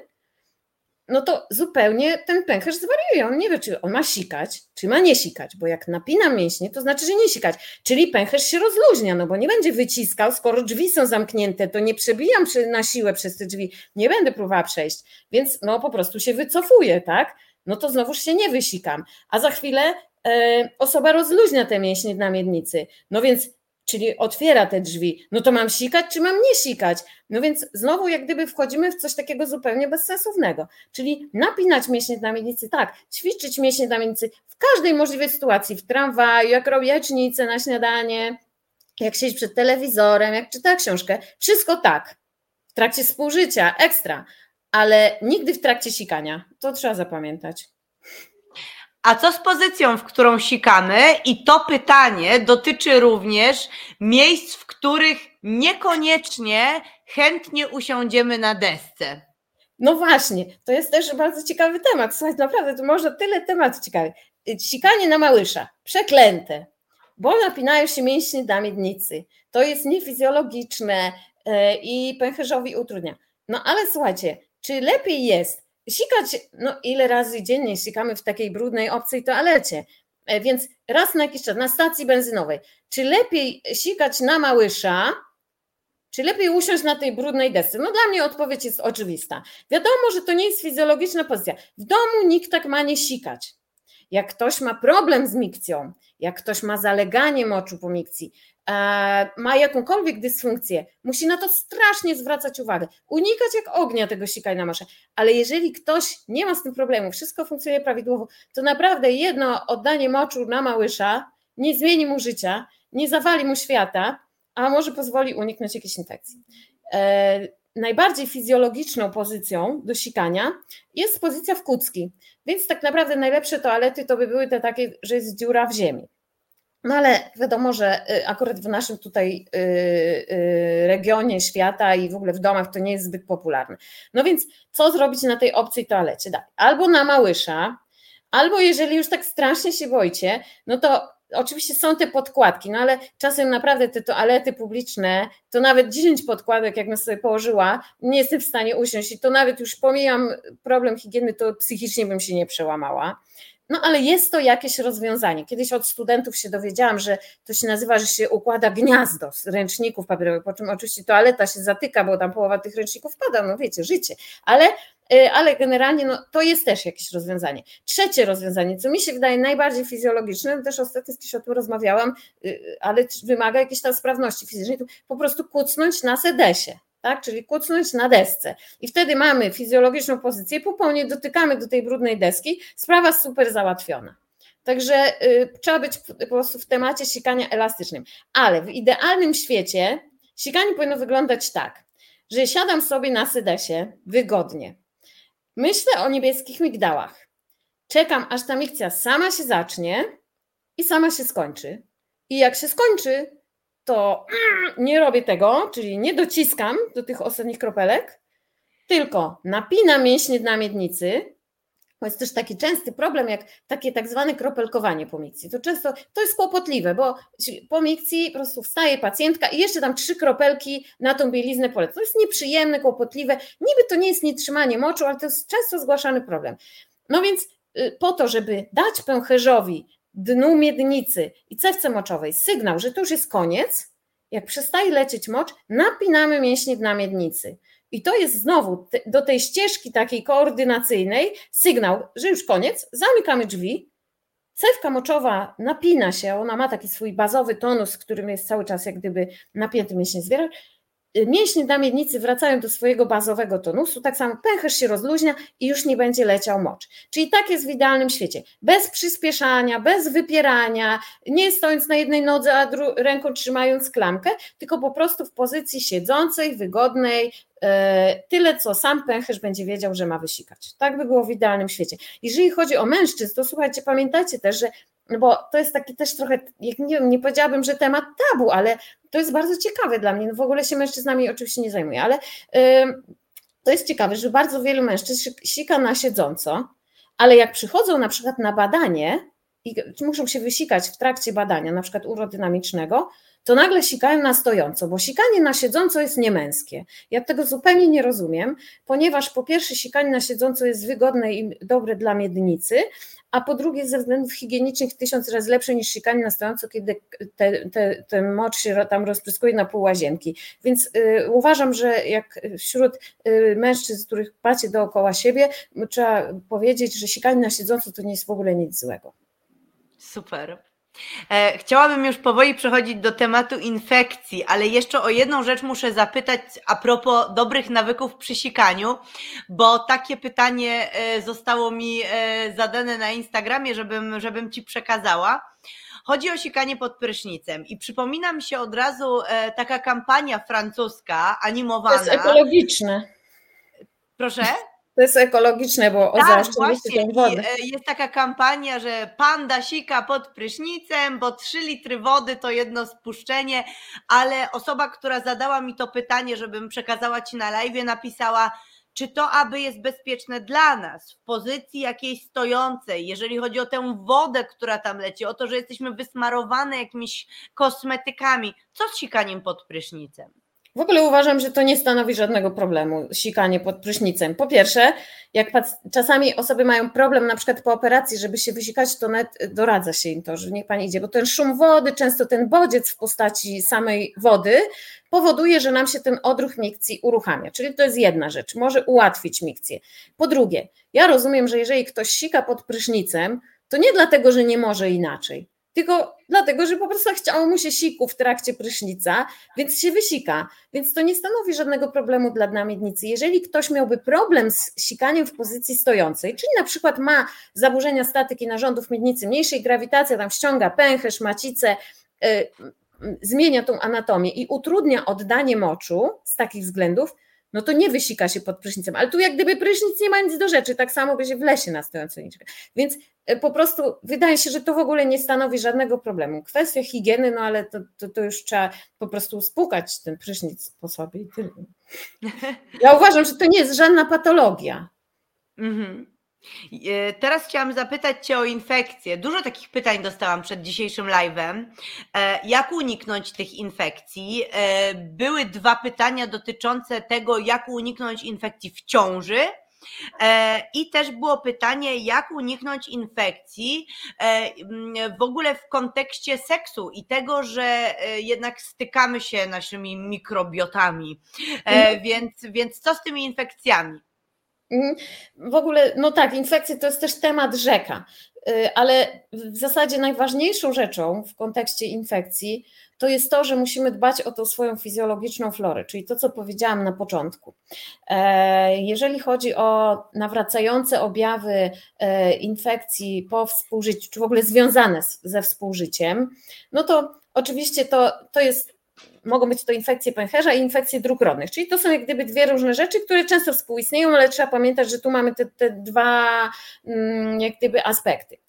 no to zupełnie ten pęcherz zwariuje. On nie wie, czy on ma sikać, czy ma nie sikać, bo jak napinam mięśnie, to znaczy, że nie sikać. Czyli pęcherz się rozluźnia, no bo nie będzie wyciskał, skoro drzwi są zamknięte, to nie przebijam na siłę przez te drzwi, nie będę próbowała przejść, więc no po prostu się wycofuję, tak? No to znowuż się nie wysikam. A za chwilę osoba rozluźnia te mięśnie dna miednicy, no więc czyli otwiera te drzwi, no to mam sikać, czy mam nie sikać? No więc znowu jak gdyby wchodzimy w coś takiego zupełnie bezsensownego, czyli napinać mięśnie dna miednicy, tak, ćwiczyć mięśnie dna miednicy w każdej możliwej sytuacji, w tramwaju, jak robię jajecznicę na śniadanie, jak siedzi przed telewizorem, jak czyta książkę, wszystko tak, w trakcie współżycia, ekstra, ale nigdy w trakcie sikania, to trzeba zapamiętać. A co z pozycją, w którą sikamy? I to pytanie dotyczy również miejsc, w których niekoniecznie chętnie usiądziemy na desce. No właśnie, to jest też bardzo ciekawy temat. Słuchaj, naprawdę, to można tyle tematów ciekawych. Sikanie na małysza, przeklęte, bo napinają się mięśnie dna miednicy. To jest niefizjologiczne i pęcherzowi utrudnia. No ale słuchajcie, czy lepiej jest sikać, no ile razy dziennie sikamy w takiej brudnej, obcej toalecie, więc raz na jakiś czas, na stacji benzynowej, czy lepiej sikać na małysza, czy lepiej usiąść na tej brudnej desce? No dla mnie odpowiedź jest oczywista. Wiadomo, że to nie jest fizjologiczna pozycja. W domu nikt tak ma nie sikać. Jak ktoś ma problem z mikcją, jak ktoś ma zaleganie moczu po mikcji, ma jakąkolwiek dysfunkcję, musi na to strasznie zwracać uwagę. Unikać jak ognia tego sikania na masze. Ale jeżeli ktoś nie ma z tym problemu, wszystko funkcjonuje prawidłowo, to naprawdę jedno oddanie moczu na małysza nie zmieni mu życia, nie zawali mu świata, a może pozwoli uniknąć jakiejś infekcji. Najbardziej fizjologiczną pozycją do sikania jest pozycja w kucki, więc tak naprawdę najlepsze toalety to by były te takie, że jest dziura w ziemi. No ale wiadomo, że akurat w naszym tutaj regionie świata i w ogóle w domach to nie jest zbyt popularne. No więc co zrobić na tej obcej toalecie? Albo na małysza, albo jeżeli już tak strasznie się boicie, no to oczywiście są te podkładki, no ale czasem naprawdę te toalety publiczne, to nawet 10 podkładek, jak bym sobie położyła, nie jestem w stanie usiąść i to nawet już pomijam problem higieny, to psychicznie bym się nie przełamała. No ale jest to jakieś rozwiązanie. Kiedyś od studentów się dowiedziałam, że to się nazywa, że się układa gniazdo z ręczników papierowych, po czym oczywiście toaleta się zatyka, bo tam połowa tych ręczników pada, no wiecie, życie, ale generalnie no, to jest też jakieś rozwiązanie. Trzecie rozwiązanie, co mi się wydaje najbardziej fizjologiczne, no też ostatnio z o tym rozmawiałam, ale wymaga jakiejś tam sprawności fizycznej, to po prostu kucnąć na sedesie. Tak, czyli kucnąć na desce i wtedy mamy fizjologiczną pozycję, pupą nie dotykamy do tej brudnej deski, sprawa super załatwiona. Także trzeba być po prostu w temacie sikania elastycznym, ale w idealnym świecie sikanie powinno wyglądać tak, że siadam sobie na sedesie wygodnie, myślę o niebieskich migdałach, czekam aż ta mikcja sama się zacznie i sama się skończy. I jak się skończy, to nie robię tego, czyli nie dociskam do tych ostatnich kropelek, tylko napinam mięśnie dna miednicy. To jest też taki częsty problem, jak takie tak zwane kropelkowanie po mikcji. To często to jest kłopotliwe, bo po mikcji po prostu wstaje pacjentka i jeszcze tam 3 kropelki na tą bieliznę poleca. To jest nieprzyjemne, kłopotliwe. Niby to nie jest nietrzymanie moczu, ale to jest często zgłaszany problem. No więc po to, żeby dać pęcherzowi, dnu miednicy i cewce moczowej sygnał, że to już jest koniec, jak przestaje lecieć mocz, napinamy mięśnie dna miednicy. I to jest znowu do tej ścieżki takiej koordynacyjnej sygnał, że już koniec, zamykamy drzwi, cewka moczowa napina się, ona ma taki swój bazowy tonus, którym jest cały czas jak gdyby napięty mięśnie zwierzę. Mięśnie dna miednicy wracają do swojego bazowego tonusu, tak samo pęcherz się rozluźnia i już nie będzie leciał mocz. Czyli tak jest w idealnym świecie. Bez przyspieszania, bez wypierania, nie stojąc na jednej nodze, a ręką trzymając klamkę, tylko po prostu w pozycji siedzącej, wygodnej, tyle co sam pęcherz będzie wiedział, że ma wysikać. Tak by było w idealnym świecie. Jeżeli chodzi o mężczyzn, to słuchajcie, pamiętajcie też, że bo to jest taki też trochę, nie powiedziałabym, że temat tabu, ale to jest bardzo ciekawe dla mnie. No w ogóle się mężczyznami oczywiście nie zajmuję, ale to jest ciekawe, że bardzo wielu mężczyzn sika na siedząco, ale jak przychodzą na przykład na badanie i muszą się wysikać w trakcie badania, na przykład urodynamicznego, to nagle sikają na stojąco, bo sikanie na siedząco jest niemęskie. Ja tego zupełnie nie rozumiem, ponieważ po pierwsze sikanie na siedząco jest wygodne i dobre dla miednicy, a po drugie ze względów higienicznych 1000 razy lepsze niż sikanie na stojąco, kiedy ten mocz się tam rozpryskuje na pół łazienki. Więc uważam, że jak wśród mężczyzn, których macie dookoła siebie, trzeba powiedzieć, że sikanie na siedząco to nie jest w ogóle nic złego. Super. Chciałabym już powoli przechodzić do tematu infekcji, ale jeszcze o jedną rzecz muszę zapytać a propos dobrych nawyków przy sikaniu, bo takie pytanie zostało mi zadane na Instagramie, żebym Ci przekazała. Chodzi o sikanie pod prysznicem i przypomina mi się od razu taka kampania francuska animowana. To jest ekologiczne. Proszę? To jest ekologiczne, bo zaoszczędzicie tę wodę. Jest taka kampania, że panda sika pod prysznicem, bo 3 litry wody to jedno spuszczenie, ale osoba, która zadała mi to pytanie, żebym przekazała Ci na live, napisała, czy to aby jest bezpieczne dla nas w pozycji jakiejś stojącej, jeżeli chodzi o tę wodę, która tam leci, o to, że jesteśmy wysmarowane jakimiś kosmetykami. Co z sikaniem pod prysznicem? W ogóle uważam, że to nie stanowi żadnego problemu, sikanie pod prysznicem. Po pierwsze, jak czasami osoby mają problem na przykład po operacji, żeby się wysikać, to nawet doradza się im to, że niech Pani idzie, bo ten szum wody, często ten bodziec w postaci samej wody powoduje, że nam się ten odruch mikcji uruchamia, czyli to jest jedna rzecz, może ułatwić mikcję. Po drugie, ja rozumiem, że jeżeli ktoś sika pod prysznicem, to nie dlatego, że nie może inaczej, tylko dlatego, że po prostu chciało mu się siku w trakcie prysznica, więc się wysika. Więc to nie stanowi żadnego problemu dla dna miednicy. Jeżeli ktoś miałby problem z sikaniem w pozycji stojącej, czyli na przykład ma zaburzenia statyki narządów miednicy, mniejszej grawitacji, tam ściąga pęcherz, macicę, zmienia tą anatomię i utrudnia oddanie moczu z takich względów, no to nie wysika się pod prysznicem, ale tu jak gdyby prysznic nie ma nic do rzeczy, tak samo by się w lesie na stojąco nie. Więc po prostu wydaje się, że to w ogóle nie stanowi żadnego problemu. Kwestia higieny, no ale to już trzeba po prostu spłukać ten prysznic po sobie i tyle. Ja uważam, że to nie jest żadna patologia. Teraz chciałam zapytać Cię o infekcje. Dużo takich pytań dostałam przed dzisiejszym live'em. Jak uniknąć tych infekcji? Były 2 pytania dotyczące tego, jak uniknąć infekcji w ciąży. I też było pytanie, jak uniknąć infekcji w ogóle w kontekście seksu i tego, że jednak stykamy się naszymi mikrobiotami. Więc co z tymi infekcjami? W ogóle, no tak, infekcje to jest też temat rzeka, ale w zasadzie najważniejszą rzeczą w kontekście infekcji to jest to, że musimy dbać o tą swoją fizjologiczną florę, czyli to, co powiedziałam na początku. Jeżeli chodzi o nawracające objawy infekcji po współżyciu, czy w ogóle związane ze współżyciem, no to oczywiście to jest mogą być to infekcje pęcherza i infekcje dróg rodnych, czyli to są jak gdyby 2 różne rzeczy, które często współistnieją, ale trzeba pamiętać, że tu mamy te 2 jak gdyby aspekty.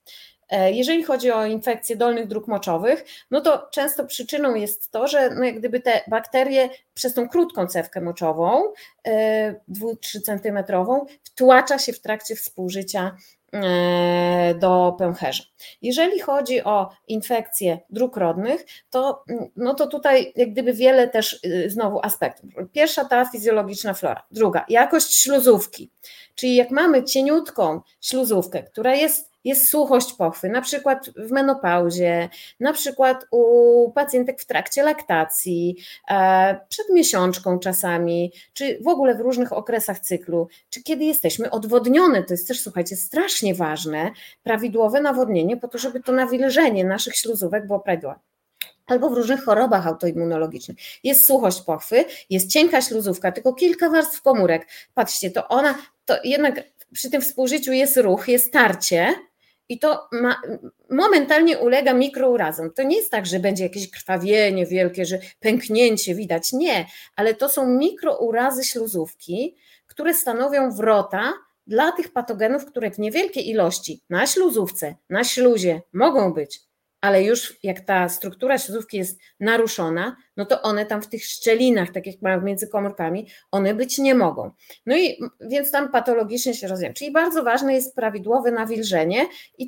Jeżeli chodzi o infekcje dolnych dróg moczowych, no to często przyczyną jest to, że no jak gdyby te bakterie przez tą krótką cewkę moczową, 2-3 centymetrową, wtłacza się w trakcie współżycia do pęcherza. Jeżeli chodzi o infekcje dróg rodnych, to, no to tutaj jak gdyby wiele też znowu aspektów. Pierwsza ta fizjologiczna flora, druga jakość śluzówki, czyli jak mamy cieniutką śluzówkę, która jest suchość pochwy, na przykład w menopauzie, na przykład u pacjentek w trakcie laktacji, przed miesiączką czasami, czy w ogóle w różnych okresach cyklu, czy kiedy jesteśmy odwodnione, to jest też, słuchajcie, strasznie ważne, prawidłowe nawodnienie po to, żeby to nawilżenie naszych śluzówek było prawidłowe. Albo w różnych chorobach autoimmunologicznych. Jest suchość pochwy, jest cienka śluzówka, tylko kilka warstw komórek. Patrzcie, to jednak przy tym współżyciu jest ruch, jest tarcie i to momentalnie ulega mikrourazom. To nie jest tak, że będzie jakieś krwawienie wielkie, że pęknięcie widać. Nie, ale to są mikrourazy śluzówki, które stanowią wrota dla tych patogenów, które w niewielkiej ilości na śluzówce, na śluzie mogą być, ale już jak ta struktura śluzówki jest naruszona, no to one tam w tych szczelinach, tak jak mają między komórkami, one być nie mogą. No i więc tam patologicznie się rozwijają. Czyli bardzo ważne jest prawidłowe nawilżenie i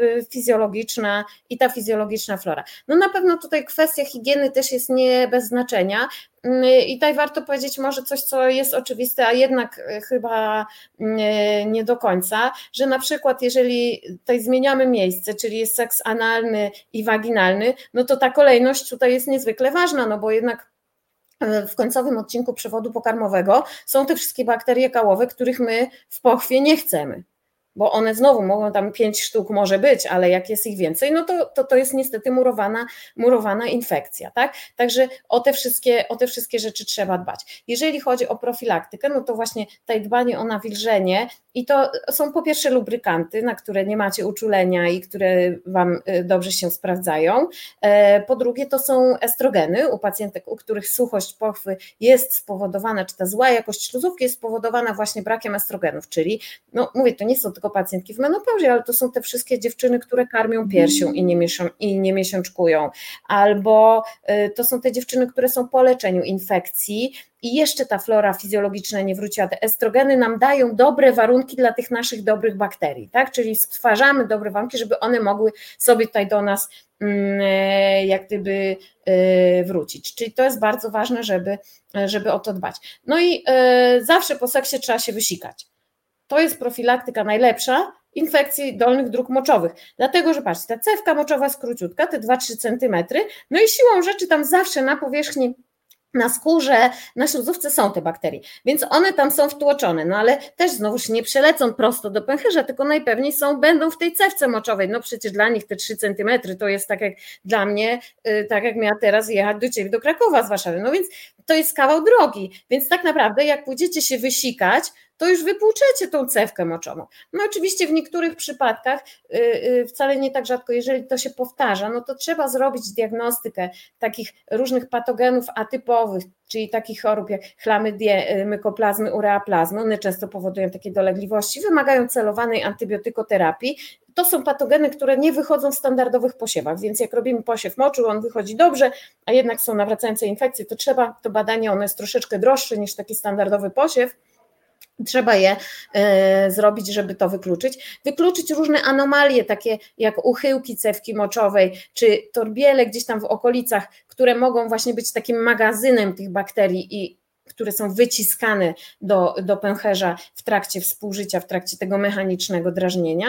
ta fizjologiczna flora. No na pewno tutaj kwestia higieny też jest nie bez znaczenia. I tutaj warto powiedzieć może coś, co jest oczywiste, a jednak chyba nie do końca, że na przykład jeżeli tutaj zmieniamy miejsce, czyli jest seks analny i waginalny, no to ta kolejność tutaj jest niezwykle ważna, no bo jednak w końcowym odcinku przewodu pokarmowego są te wszystkie bakterie kałowe, których my w pochwie nie chcemy. Bo one znowu mogą tam 5 sztuk może być, ale jak jest ich więcej, no to jest niestety murowana infekcja, tak? Także o te wszystkie rzeczy trzeba dbać. Jeżeli chodzi o profilaktykę, no to właśnie tutaj dbanie o nawilżenie i to są po pierwsze lubrykanty, na które nie macie uczulenia i które Wam dobrze się sprawdzają. Po drugie to są estrogeny u pacjentek, u których suchość pochwy jest spowodowana, czy ta zła jakość śluzówki jest spowodowana właśnie brakiem estrogenów, czyli no mówię, to nie są tylko pacjentki w menopauzie, ale to są te wszystkie dziewczyny, które karmią piersią i nie miesiączkują, albo to są te dziewczyny, które są po leczeniu infekcji i jeszcze ta flora fizjologiczna nie wróciła. Te estrogeny nam dają dobre warunki dla tych naszych dobrych bakterii, tak? Czyli stwarzamy dobre warunki, żeby one mogły sobie tutaj do nas jak gdyby wrócić. Czyli to jest bardzo ważne, żeby o to dbać. No i zawsze po seksie trzeba się wysikać. To jest profilaktyka najlepsza infekcji dolnych dróg moczowych, dlatego, że patrzcie, ta cewka moczowa jest króciutka, te 2-3 centymetry, no i siłą rzeczy tam zawsze na powierzchni, na skórze, na śluzówce są te bakterie, więc one tam są wtłoczone, no ale też znowuż nie przelecą prosto do pęcherza, tylko najpewniej będą w tej cewce moczowej, no przecież dla nich te 3 centymetry to jest tak jak dla mnie, tak jak miała teraz jechać do Ciebie do Krakowa z Warszawy, no więc to jest kawał drogi, więc tak naprawdę jak pójdziecie się wysikać, to już wypłuczecie tą cewkę moczową. No oczywiście w niektórych przypadkach, wcale nie tak rzadko, jeżeli to się powtarza, no to trzeba zrobić diagnostykę takich różnych patogenów atypowych, czyli takich chorób jak chlamydię, mykoplazmy, ureaplazmy, one często powodują takie dolegliwości, wymagają celowanej antybiotykoterapii. To są patogeny, które nie wychodzą w standardowych posiewach, więc jak robimy posiew moczu, on wychodzi dobrze, a jednak są nawracające infekcje, to trzeba, to badanie, ono jest troszeczkę droższe niż taki standardowy posiew, trzeba je zrobić, żeby to wykluczyć. Wykluczyć różne anomalie, takie jak uchyłki cewki moczowej, czy torbiele gdzieś tam w okolicach, które mogą właśnie być takim magazynem tych bakterii i które są wyciskane do pęcherza w trakcie współżycia, w trakcie tego mechanicznego drażnienia.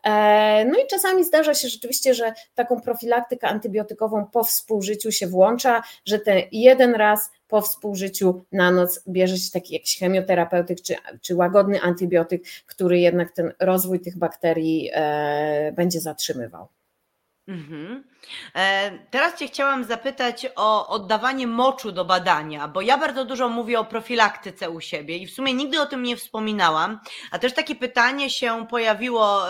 No i czasami zdarza się rzeczywiście, że taką profilaktykę antybiotykową po współżyciu się włącza, że ten jeden raz po współżyciu na noc bierze się taki jakiś chemioterapeutyk czy łagodny antybiotyk, który jednak ten rozwój tych bakterii będzie zatrzymywał. Mhm. Teraz Cię chciałam zapytać o oddawanie moczu do badania, bo ja bardzo dużo mówię o profilaktyce u siebie i w sumie nigdy o tym nie wspominałam, a też takie pytanie się pojawiło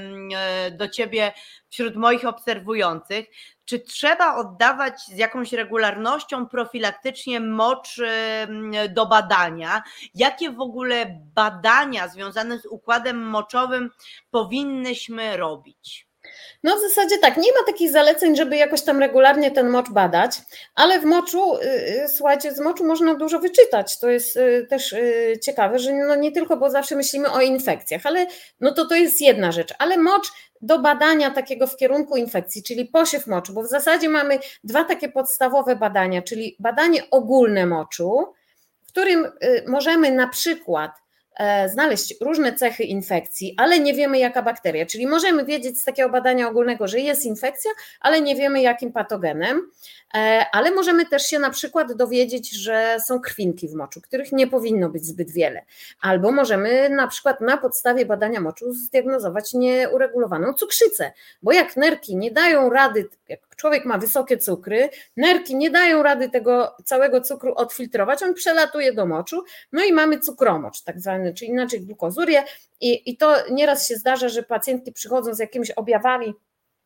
do Ciebie wśród moich obserwujących. Czy trzeba oddawać z jakąś regularnością profilaktycznie mocz do badania? Jakie w ogóle badania związane z układem moczowym powinnyśmy robić? No w zasadzie tak, nie ma takich zaleceń, żeby jakoś tam regularnie ten mocz badać, ale w moczu, słuchajcie, z moczu można dużo wyczytać. To jest też ciekawe, że no nie tylko, bo zawsze myślimy o infekcjach, ale no to jest jedna rzecz, ale mocz do badania takiego w kierunku infekcji, czyli posiew moczu, bo w zasadzie mamy dwa takie podstawowe badania, czyli badanie ogólne moczu, w którym możemy na przykład znaleźć różne cechy infekcji, ale nie wiemy jaka bakteria, czyli możemy wiedzieć z takiego badania ogólnego, że jest infekcja, ale nie wiemy jakim patogenem, ale możemy też się na przykład dowiedzieć, że są krwinki w moczu, których nie powinno być zbyt wiele, albo możemy na przykład na podstawie badania moczu zdiagnozować nieuregulowaną cukrzycę, bo jak nerki nie dają rady, jak człowiek ma wysokie cukry, nerki nie dają rady tego całego cukru odfiltrować, on przelatuje do moczu, no i mamy cukromocz tak zwany, czyli inaczej glukozurię i to nieraz się zdarza, że pacjentki przychodzą z jakimiś objawami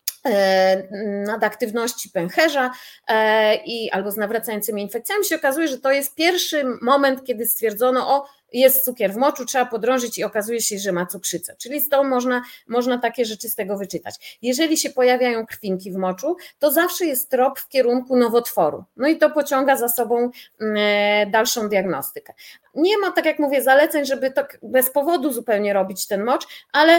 nadaktywności pęcherza albo z nawracającymi infekcjami, się okazuje, że to jest pierwszy moment, kiedy stwierdzono, jest cukier w moczu, trzeba podrążyć i okazuje się, że ma cukrzycę. Czyli z tą można takie rzeczy z tego wyczytać. Jeżeli się pojawiają krwinki w moczu, to zawsze jest trop w kierunku nowotworu. No i to pociąga za sobą dalszą diagnostykę. Nie ma, tak jak mówię, zaleceń, żeby tak bez powodu zupełnie robić ten mocz,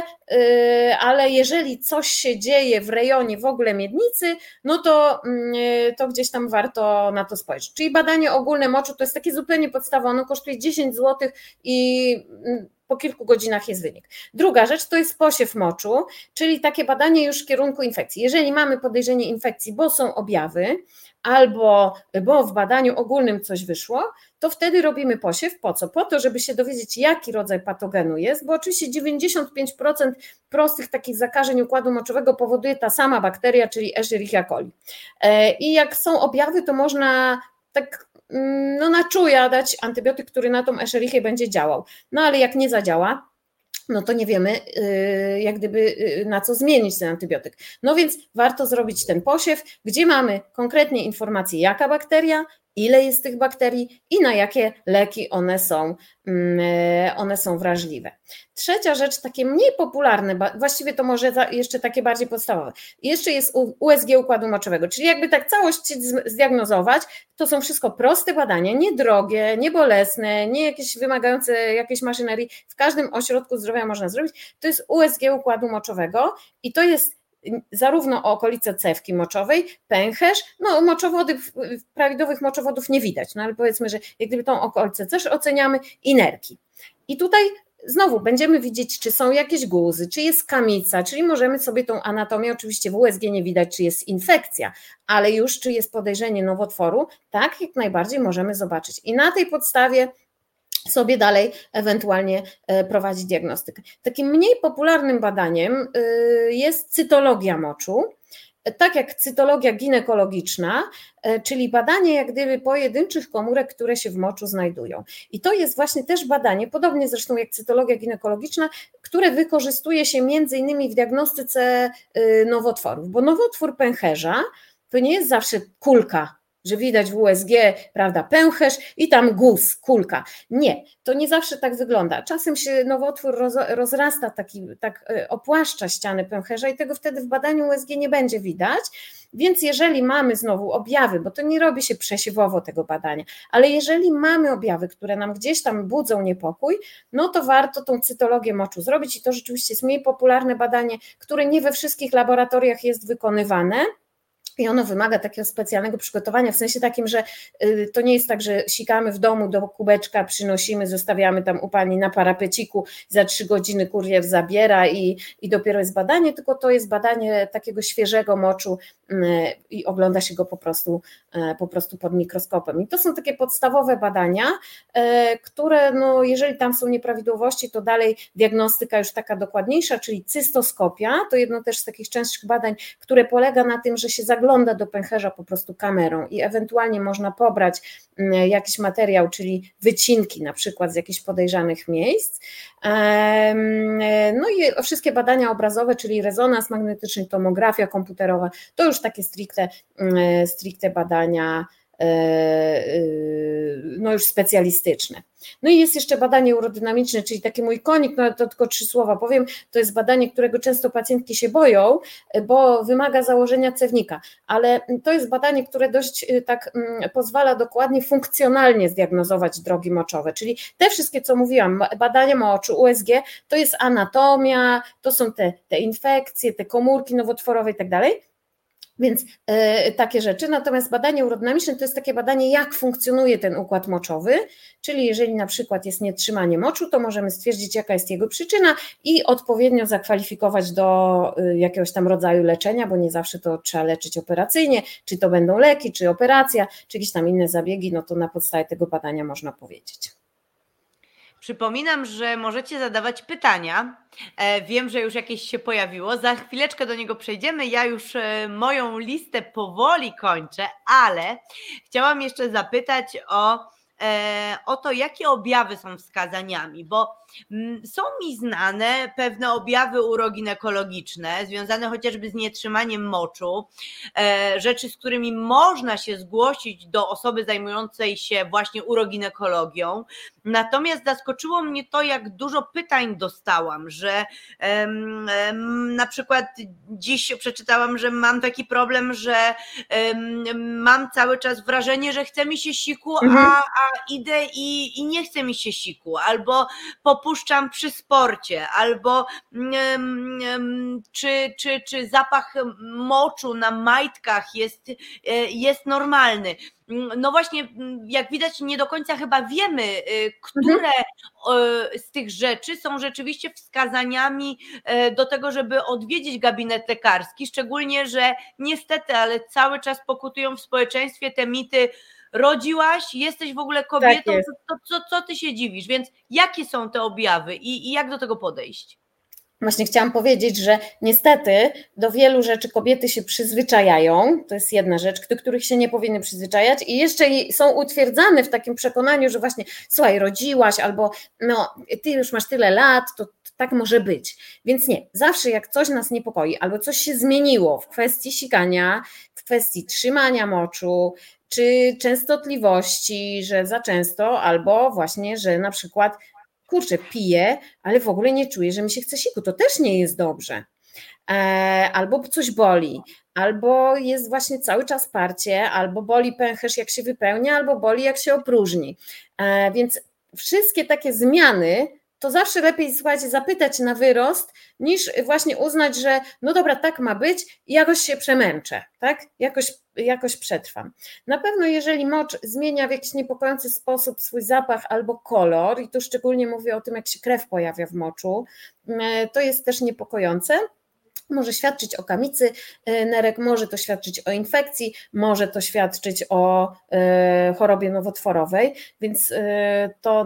ale jeżeli coś się dzieje w rejonie w ogóle miednicy, no to gdzieś tam warto na to spojrzeć. Czyli badanie ogólne moczu to jest takie zupełnie podstawowe, ono kosztuje 10 zł i po kilku godzinach jest wynik. Druga rzecz to jest posiew moczu, czyli takie badanie już w kierunku infekcji. Jeżeli mamy podejrzenie infekcji, bo są objawy, albo bo w badaniu ogólnym coś wyszło, to wtedy robimy posiew. Po co? Po to, żeby się dowiedzieć, jaki rodzaj patogenu jest, bo oczywiście 95% prostych takich zakażeń układu moczowego powoduje ta sama bakteria, czyli Escherichia coli. I jak są objawy, to można tak na czuja dać antybiotyk, który na tą Escherichię będzie działał. No ale jak nie zadziała, no to nie wiemy jak gdyby na co zmienić ten antybiotyk. No więc warto zrobić ten posiew, gdzie mamy konkretnie informacje, jaka bakteria, ile jest tych bakterii i na jakie leki one są wrażliwe. Trzecia rzecz, takie mniej popularne, właściwie to może jeszcze takie bardziej podstawowe. Jeszcze jest USG układu moczowego, czyli jakby tak całość zdiagnozować, to są wszystko proste badania, niedrogie, niebolesne, nie jakieś wymagające jakiejś maszynerii, w każdym ośrodku zdrowia można zrobić. To jest USG układu moczowego i to jest zarówno o okolice cewki moczowej, pęcherz, no moczowody, prawidłowych moczowodów nie widać, no ale powiedzmy, że jak gdyby tą okolicę też oceniamy i nerki. I tutaj znowu będziemy widzieć, czy są jakieś guzy, czy jest kamica, czyli możemy sobie tą anatomię, oczywiście w USG nie widać, czy jest infekcja, ale już czy jest podejrzenie nowotworu, tak jak najbardziej możemy zobaczyć. I na tej podstawie sobie dalej ewentualnie prowadzić diagnostykę. Takim mniej popularnym badaniem jest cytologia moczu, tak jak cytologia ginekologiczna, czyli badanie jak gdyby pojedynczych komórek, które się w moczu znajdują. I to jest właśnie też badanie, podobnie zresztą jak cytologia ginekologiczna, które wykorzystuje się między innymi w diagnostyce nowotworów, bo nowotwór pęcherza to nie jest zawsze kulka, że widać w USG, prawda, pęcherz i tam guz, kulka. Nie, to nie zawsze tak wygląda. Czasem się nowotwór rozrasta, tak opłaszcza ściany pęcherza i tego wtedy w badaniu USG nie będzie widać, więc jeżeli mamy znowu objawy, bo to nie robi się przesiewowo tego badania, ale jeżeli mamy objawy, które nam gdzieś tam budzą niepokój, no to warto tą cytologię moczu zrobić i to rzeczywiście jest mniej popularne badanie, które nie we wszystkich laboratoriach jest wykonywane. I ono wymaga takiego specjalnego przygotowania, w sensie takim, że to nie jest tak, że sikamy w domu do kubeczka, przynosimy, zostawiamy tam u pani na parapeciku, za 3 godziny kurier zabiera i dopiero jest badanie, tylko to jest badanie takiego świeżego moczu i ogląda się go po prostu pod mikroskopem. I to są takie podstawowe badania, które no, jeżeli tam są nieprawidłowości, to dalej diagnostyka już taka dokładniejsza, czyli cystoskopia, to jedno też z takich częstszych badań, które polega na tym, że się zagląda do pęcherza po prostu kamerą i ewentualnie można pobrać jakiś materiał, czyli wycinki na przykład z jakichś podejrzanych miejsc. No i wszystkie badania obrazowe, czyli rezonans magnetyczny, tomografia komputerowa, to już takie stricte badania no już specjalistyczne. No i jest jeszcze badanie urodynamiczne, czyli taki mój konik, no to tylko 3 słowa powiem, to jest badanie, którego często pacjentki się boją, bo wymaga założenia cewnika, ale to jest badanie, które dość tak pozwala dokładnie funkcjonalnie zdiagnozować drogi moczowe, czyli te wszystkie, co mówiłam, badania moczu, USG, to jest anatomia, to są te infekcje, te komórki nowotworowe i tak dalej. Więc takie rzeczy, natomiast badanie urodynamiczne to jest takie badanie, jak funkcjonuje ten układ moczowy, czyli jeżeli na przykład jest nietrzymanie moczu, to możemy stwierdzić, jaka jest jego przyczyna i odpowiednio zakwalifikować do jakiegoś tam rodzaju leczenia, bo nie zawsze to trzeba leczyć operacyjnie, czy to będą leki, czy operacja, czy jakieś tam inne zabiegi, no to na podstawie tego badania można powiedzieć. Przypominam, że możecie zadawać pytania. Wiem, że już jakieś się pojawiło. Za chwileczkę do niego przejdziemy. Ja już moją listę powoli kończę, ale chciałam jeszcze zapytać o to, jakie objawy są wskazaniami, bo są mi znane pewne objawy uroginekologiczne związane chociażby z nietrzymaniem moczu, rzeczy, z którymi można się zgłosić do osoby zajmującej się właśnie uroginekologią. Natomiast zaskoczyło mnie to, jak dużo pytań dostałam, że na przykład dziś przeczytałam, że mam taki problem, że mam cały czas wrażenie, że chce mi się siku, a idę i nie chce mi się siku, albo popuszczam przy sporcie, albo czy zapach moczu na majtkach jest normalny. No właśnie, jak widać, nie do końca chyba wiemy, które z tych rzeczy są rzeczywiście wskazaniami do tego, żeby odwiedzić gabinet lekarski, szczególnie, że niestety, ale cały czas pokutują w społeczeństwie te mity: rodziłaś, jesteś w ogóle kobietą, tak, co ty się dziwisz? Więc jakie są te objawy i jak do tego podejść? Właśnie chciałam powiedzieć, że niestety do wielu rzeczy kobiety się przyzwyczajają, to jest jedna rzecz, do których się nie powinny przyzwyczajać i jeszcze są utwierdzane w takim przekonaniu, że właśnie słuchaj, rodziłaś albo no ty już masz tyle lat, to tak może być. Więc nie, zawsze jak coś nas niepokoi albo coś się zmieniło w kwestii sikania, w kwestii trzymania moczu, czy częstotliwości, że za często, albo właśnie, że na przykład kurczę, piję, ale w ogóle nie czuję, że mi się chce siku, to też nie jest dobrze. Albo coś boli, albo jest właśnie cały czas parcie, albo boli pęcherz jak się wypełnia, albo boli jak się opróżni. Więc wszystkie takie zmiany, to zawsze lepiej, słuchajcie, zapytać na wyrost, niż właśnie uznać, że no dobra, tak ma być i jakoś się przemęczę, tak? Jakoś przetrwam. Na pewno jeżeli mocz zmienia w jakiś niepokojący sposób swój zapach albo kolor, i tu szczególnie mówię o tym, jak się krew pojawia w moczu, to jest też niepokojące. Może świadczyć o kamicy nerek, może to świadczyć o infekcji, może to świadczyć o chorobie nowotworowej, więc to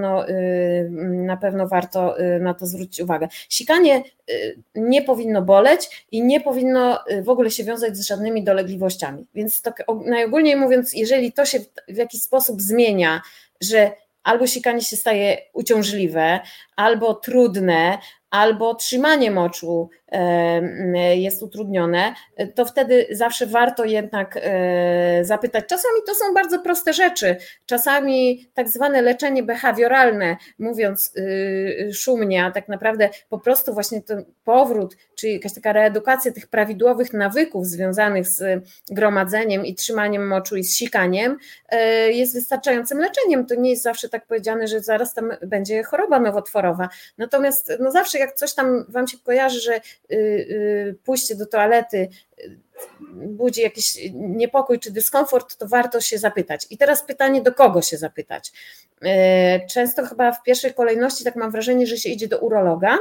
na pewno warto na to zwrócić uwagę. Sikanie nie powinno boleć i nie powinno w ogóle się wiązać z żadnymi dolegliwościami, więc tak najogólniej mówiąc, jeżeli to się w jakiś sposób zmienia, że albo sikanie się staje uciążliwe, albo trudne, albo trzymanie moczu jest utrudnione, to wtedy zawsze warto jednak zapytać. Czasami to są bardzo proste rzeczy, czasami tak zwane leczenie behawioralne, mówiąc szumnie, a tak naprawdę po prostu właśnie ten powrót, czy jakaś taka reedukacja tych prawidłowych nawyków związanych z gromadzeniem i trzymaniem moczu i z sikaniem jest wystarczającym leczeniem. To nie jest zawsze tak powiedziane, że zaraz tam będzie choroba nowotworowa. Natomiast no zawsze jak coś tam wam się kojarzy, że pójście do toalety budzi jakiś niepokój czy dyskomfort, to warto się zapytać. I teraz pytanie, do kogo się zapytać? Często chyba w pierwszej kolejności tak mam wrażenie, że się idzie do urologa,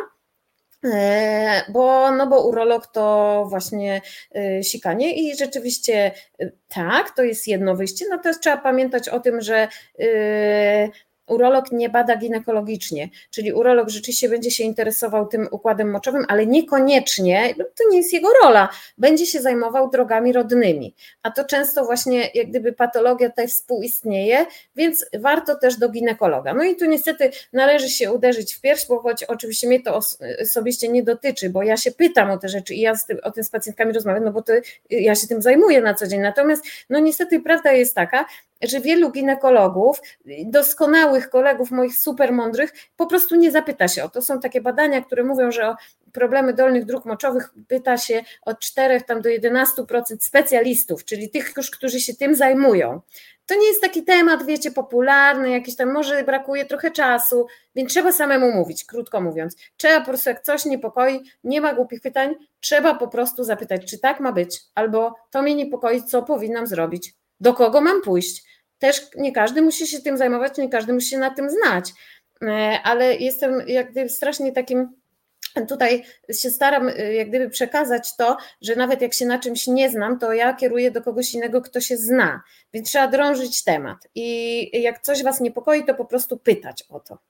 bo urolog to właśnie sikanie i rzeczywiście tak, to jest jedno wyjście, natomiast trzeba pamiętać o tym, że urolog nie bada ginekologicznie, czyli urolog rzeczywiście będzie się interesował tym układem moczowym, ale niekoniecznie, to nie jest jego rola, będzie się zajmował drogami rodnymi, a to często właśnie jak gdyby patologia tutaj współistnieje, więc warto też do ginekologa. No i tu niestety należy się uderzyć w pierś, bo choć oczywiście mnie to osobiście nie dotyczy, bo ja się pytam o te rzeczy i ja o tym z pacjentkami rozmawiam, no bo to ja się tym zajmuję na co dzień, natomiast no niestety prawda jest taka, że wielu ginekologów, doskonałych kolegów moich super mądrych po prostu nie zapyta się o to. Są takie badania, które mówią, że o problemy dolnych dróg moczowych pyta się od 4 tam do 11% specjalistów, czyli tych już, którzy się tym zajmują. To nie jest taki temat, wiecie, popularny, jakiś tam może brakuje trochę czasu, więc trzeba samemu mówić, krótko mówiąc. Trzeba po prostu, jak coś niepokoi, nie ma głupich pytań, trzeba po prostu zapytać, czy tak ma być, albo to mnie niepokoi, co powinnam zrobić, do kogo mam pójść. Też nie każdy musi się tym zajmować, nie każdy musi się na tym znać, ale jestem jak gdyby strasznie takim, tutaj się staram jak gdyby przekazać to, że nawet jak się na czymś nie znam, to ja kieruję do kogoś innego, kto się zna, więc trzeba drążyć temat i jak coś was niepokoi, to po prostu pytać o to.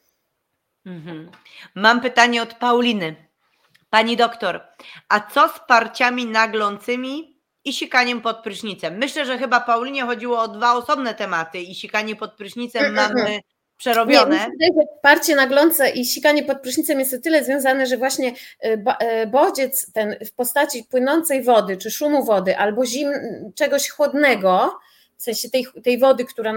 Mam pytanie od Pauliny. Pani doktor, a co z parciami naglącymi i sikaniem pod prysznicem? Myślę, że chyba Paulinie chodziło o 2 osobne tematy i sikanie pod prysznicem mamy przerobione. Nie, parcie naglące i sikanie pod prysznicem jest o tyle związane, że właśnie bodziec ten w postaci płynącej wody, czy szumu wody, albo czegoś chłodnego, w sensie tej wody, która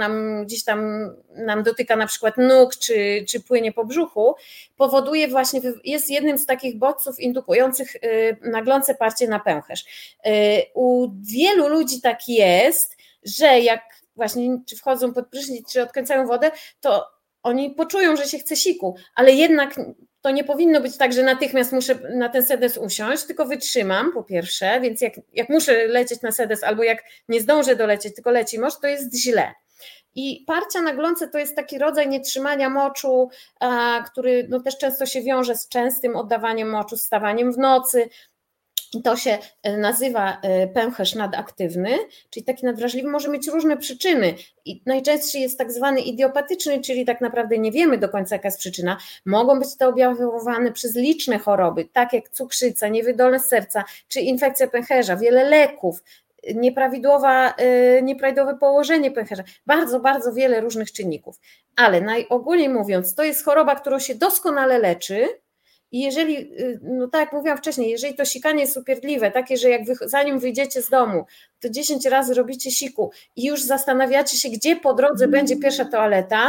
nam dotyka na przykład nóg, czy płynie po brzuchu, powoduje właśnie, jest jednym z takich bodźców indukujących naglące parcie na pęcherz. U wielu ludzi tak jest, że jak właśnie czy wchodzą pod prysznic, czy odkręcają wodę, to oni poczują, że się chce siku, ale jednak to nie powinno być tak, że natychmiast muszę na ten sedes usiąść, tylko wytrzymam po pierwsze, więc jak muszę lecieć na sedes albo jak nie zdążę dolecieć, tylko leci mocz, to jest źle. I parcia naglące to jest taki rodzaj nietrzymania moczu, który no też często się wiąże z częstym oddawaniem moczu, stawaniem w nocy. To się nazywa pęcherz nadaktywny, czyli taki nadwrażliwy, może mieć różne przyczyny i najczęściej jest tak zwany idiopatyczny, czyli tak naprawdę nie wiemy do końca jaka jest przyczyna. Mogą być to objawowane przez liczne choroby, tak jak cukrzyca, niewydolność serca, czy infekcja pęcherza, wiele leków, nieprawidłowe położenie pęcherza, bardzo, bardzo wiele różnych czynników. Ale najogólniej mówiąc, to jest choroba, którą się doskonale leczy. I jeżeli, no tak jak mówiłam wcześniej, jeżeli to sikanie jest upierdliwe, takie, że zanim wyjdziecie z domu, to 10 razy robicie siku i już zastanawiacie się, gdzie po drodze będzie pierwsza toaleta,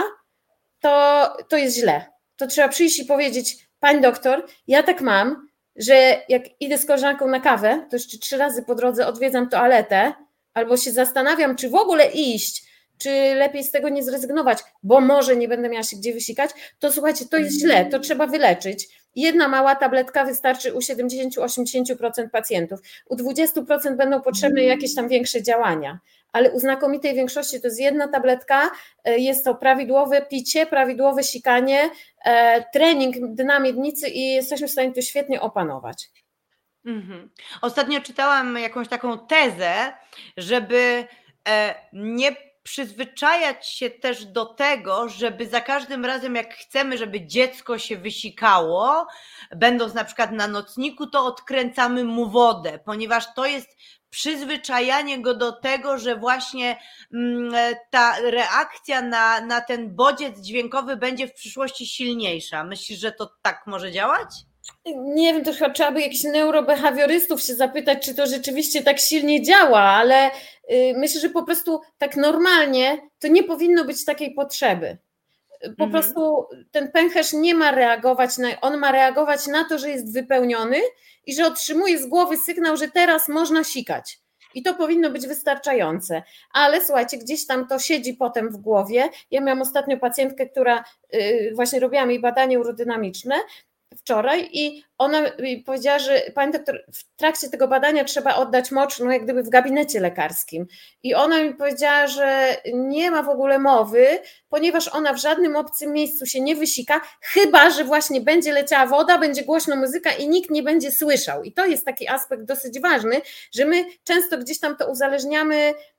to jest źle. To trzeba przyjść i powiedzieć, pani doktor, ja tak mam, że jak idę z koleżanką na kawę, to jeszcze 3 razy po drodze odwiedzam toaletę, albo się zastanawiam, czy w ogóle iść, czy lepiej z tego nie zrezygnować, bo może nie będę miała się gdzie wysikać, to słuchajcie, to jest źle, to trzeba wyleczyć. Jedna mała tabletka wystarczy u 70-80% pacjentów. U 20% będą potrzebne jakieś tam większe działania, ale u znakomitej większości to jest jedna tabletka, jest to prawidłowe picie, prawidłowe sikanie, trening dna miednicy i jesteśmy w stanie to świetnie opanować. Ostatnio czytałam jakąś taką tezę, żeby nie przyzwyczajać się też do tego, żeby za każdym razem jak chcemy, żeby dziecko się wysikało, będąc na przykład na nocniku, to odkręcamy mu wodę, ponieważ to jest przyzwyczajanie go do tego, że właśnie ta reakcja na ten bodziec dźwiękowy będzie w przyszłości silniejsza. Myślisz, że to tak może działać? Nie wiem, to chyba trzeba by jakichś neurobehawiorystów się zapytać, czy to rzeczywiście tak silnie działa, ale myślę, że po prostu tak normalnie to nie powinno być takiej potrzeby. Po prostu ten pęcherz nie ma reagować, on ma reagować na to, że jest wypełniony i że otrzymuje z głowy sygnał, że teraz można sikać. I to powinno być wystarczające. Ale słuchajcie, gdzieś tam to siedzi potem w głowie. Ja miałam ostatnio pacjentkę, która właśnie robiłam jej badanie urodynamiczne wczoraj i ona powiedziała, że pani doktor, w trakcie tego badania trzeba oddać mocz, no jak gdyby w gabinecie lekarskim. I ona mi powiedziała, że nie ma w ogóle mowy, ponieważ ona w żadnym obcym miejscu się nie wysika, chyba że właśnie będzie leciała woda, będzie głośno muzyka i nikt nie będzie słyszał. I to jest taki aspekt dosyć ważny, że my często gdzieś tam to uzależniamy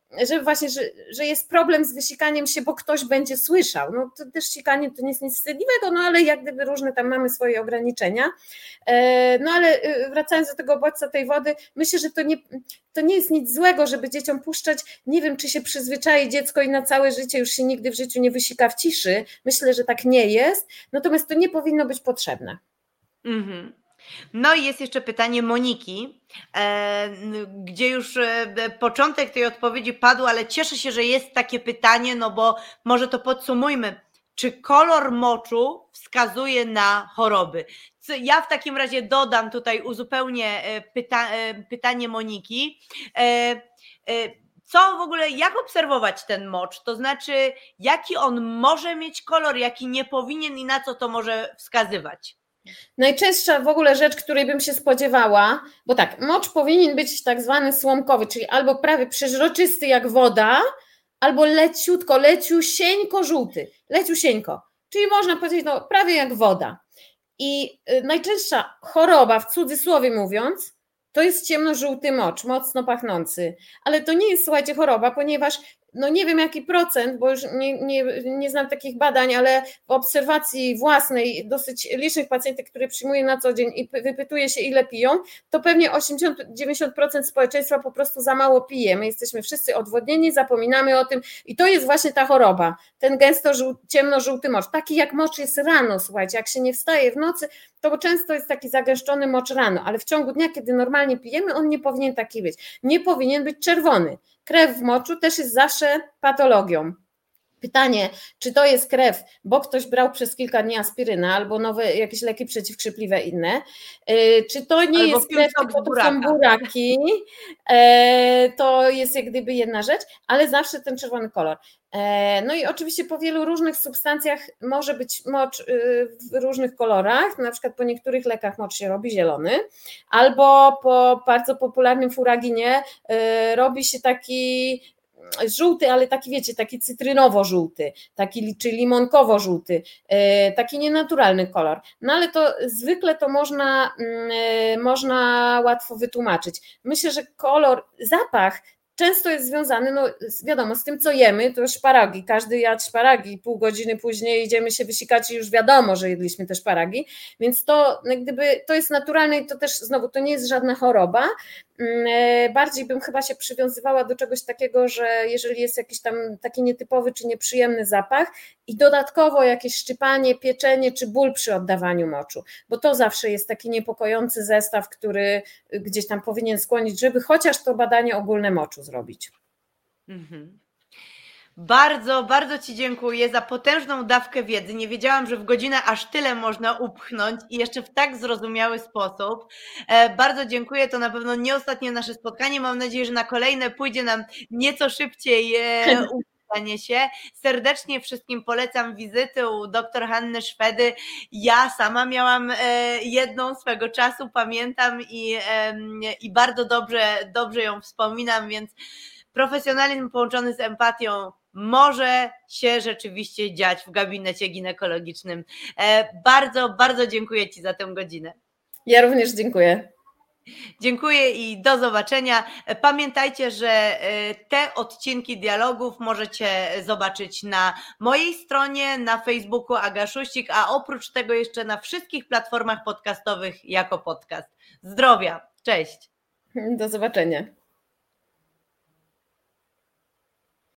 że właśnie, że jest problem z wysikaniem się, bo ktoś będzie słyszał. No to też sikanie to nie jest nic wstydliwego, no ale jak gdyby różne tam mamy swoje ograniczenia. No ale wracając do tego bodźca tej wody, myślę, że to nie jest nic złego, żeby dzieciom puszczać. Nie wiem, czy się przyzwyczai dziecko i na całe życie już się nigdy w życiu nie wysika w ciszy. Myślę, że tak nie jest, natomiast to nie powinno być potrzebne. Mhm. No i jest jeszcze pytanie Moniki, gdzie już początek tej odpowiedzi padł, ale cieszę się, że jest takie pytanie, no bo może to podsumujmy. Czy kolor moczu wskazuje na choroby? Ja w takim razie dodam tutaj, uzupełnię pytanie Moniki. Co w ogóle, jak obserwować ten mocz? To znaczy, jaki on może mieć kolor, jaki nie powinien i na co to może wskazywać? Najczęstsza w ogóle rzecz, której bym się spodziewała, bo tak, mocz powinien być tak zwany słomkowy, czyli albo prawie przeźroczysty jak woda, albo leciusieńko żółty, leciusieńko, czyli można powiedzieć, no prawie jak woda. I najczęstsza choroba, w cudzysłowie mówiąc, to jest ciemnożółty mocz, mocno pachnący, ale to nie jest, słuchajcie, choroba, ponieważ no nie wiem jaki procent, bo już nie znam takich badań, ale w obserwacji własnej dosyć licznych pacjentek, które przyjmuję na co dzień i wypytuję się ile piją, to pewnie 80-90% społeczeństwa po prostu za mało pije. My jesteśmy wszyscy odwodnieni, zapominamy o tym i to jest właśnie ta choroba, ten gęsto ciemnożółty mocz, taki jak mocz jest rano, słuchajcie, jak się nie wstaje w nocy, to często jest taki zagęszczony mocz rano, ale w ciągu dnia, kiedy normalnie pijemy, on nie powinien taki być. Nie powinien być czerwony. Krew w moczu też jest zawsze patologią. Pytanie, czy to jest krew, bo ktoś brał przez kilka dni aspirynę albo nowe jakieś leki przeciwkrzypliwe inne, czy to nie albo jest krew, tylko to są buraki, to jest jak gdyby jedna rzecz, ale zawsze ten czerwony kolor. No i oczywiście po wielu różnych substancjach może być mocz w różnych kolorach, na przykład po niektórych lekach mocz się robi zielony, albo po bardzo popularnym furaginie robi się taki żółty, ale taki wiecie, taki cytrynowo-żółty, taki czy limonkowo-żółty, taki nienaturalny kolor. No ale to zwykle to można łatwo wytłumaczyć. Myślę, że kolor, zapach często jest związany, no wiadomo, z tym co jemy, to szparagi, każdy jadł szparagi, pół godziny później idziemy się wysikać i już wiadomo, że jedliśmy te szparagi, więc to jak gdyby to jest naturalne i to też znowu to nie jest żadna choroba, bardziej bym chyba się przywiązywała do czegoś takiego, że jeżeli jest jakiś tam taki nietypowy czy nieprzyjemny zapach i dodatkowo jakieś szczypanie, pieczenie czy ból przy oddawaniu moczu, bo to zawsze jest taki niepokojący zestaw, który gdzieś tam powinien skłonić, żeby chociaż to badanie ogólne moczu zrobić. Mhm. Bardzo, bardzo Ci dziękuję za potężną dawkę wiedzy. Nie wiedziałam, że w godzinę aż tyle można upchnąć i jeszcze w tak zrozumiały sposób. Bardzo dziękuję, to na pewno nie ostatnie nasze spotkanie. Mam nadzieję, że na kolejne pójdzie nam nieco szybciej udzielanie się. Serdecznie wszystkim polecam wizyty u dr Hanny Szwedy. Ja sama miałam jedną swego czasu, pamiętam i bardzo dobrze ją wspominam, więc profesjonalizm połączony z empatią może się rzeczywiście dziać w gabinecie ginekologicznym. Bardzo, bardzo dziękuję Ci za tę godzinę. Ja również dziękuję. Dziękuję i do zobaczenia. Pamiętajcie, że te odcinki dialogów możecie zobaczyć na mojej stronie, na Facebooku Aga Szuścik, a oprócz tego jeszcze na wszystkich platformach podcastowych jako podcast. Zdrowia, cześć. Do zobaczenia.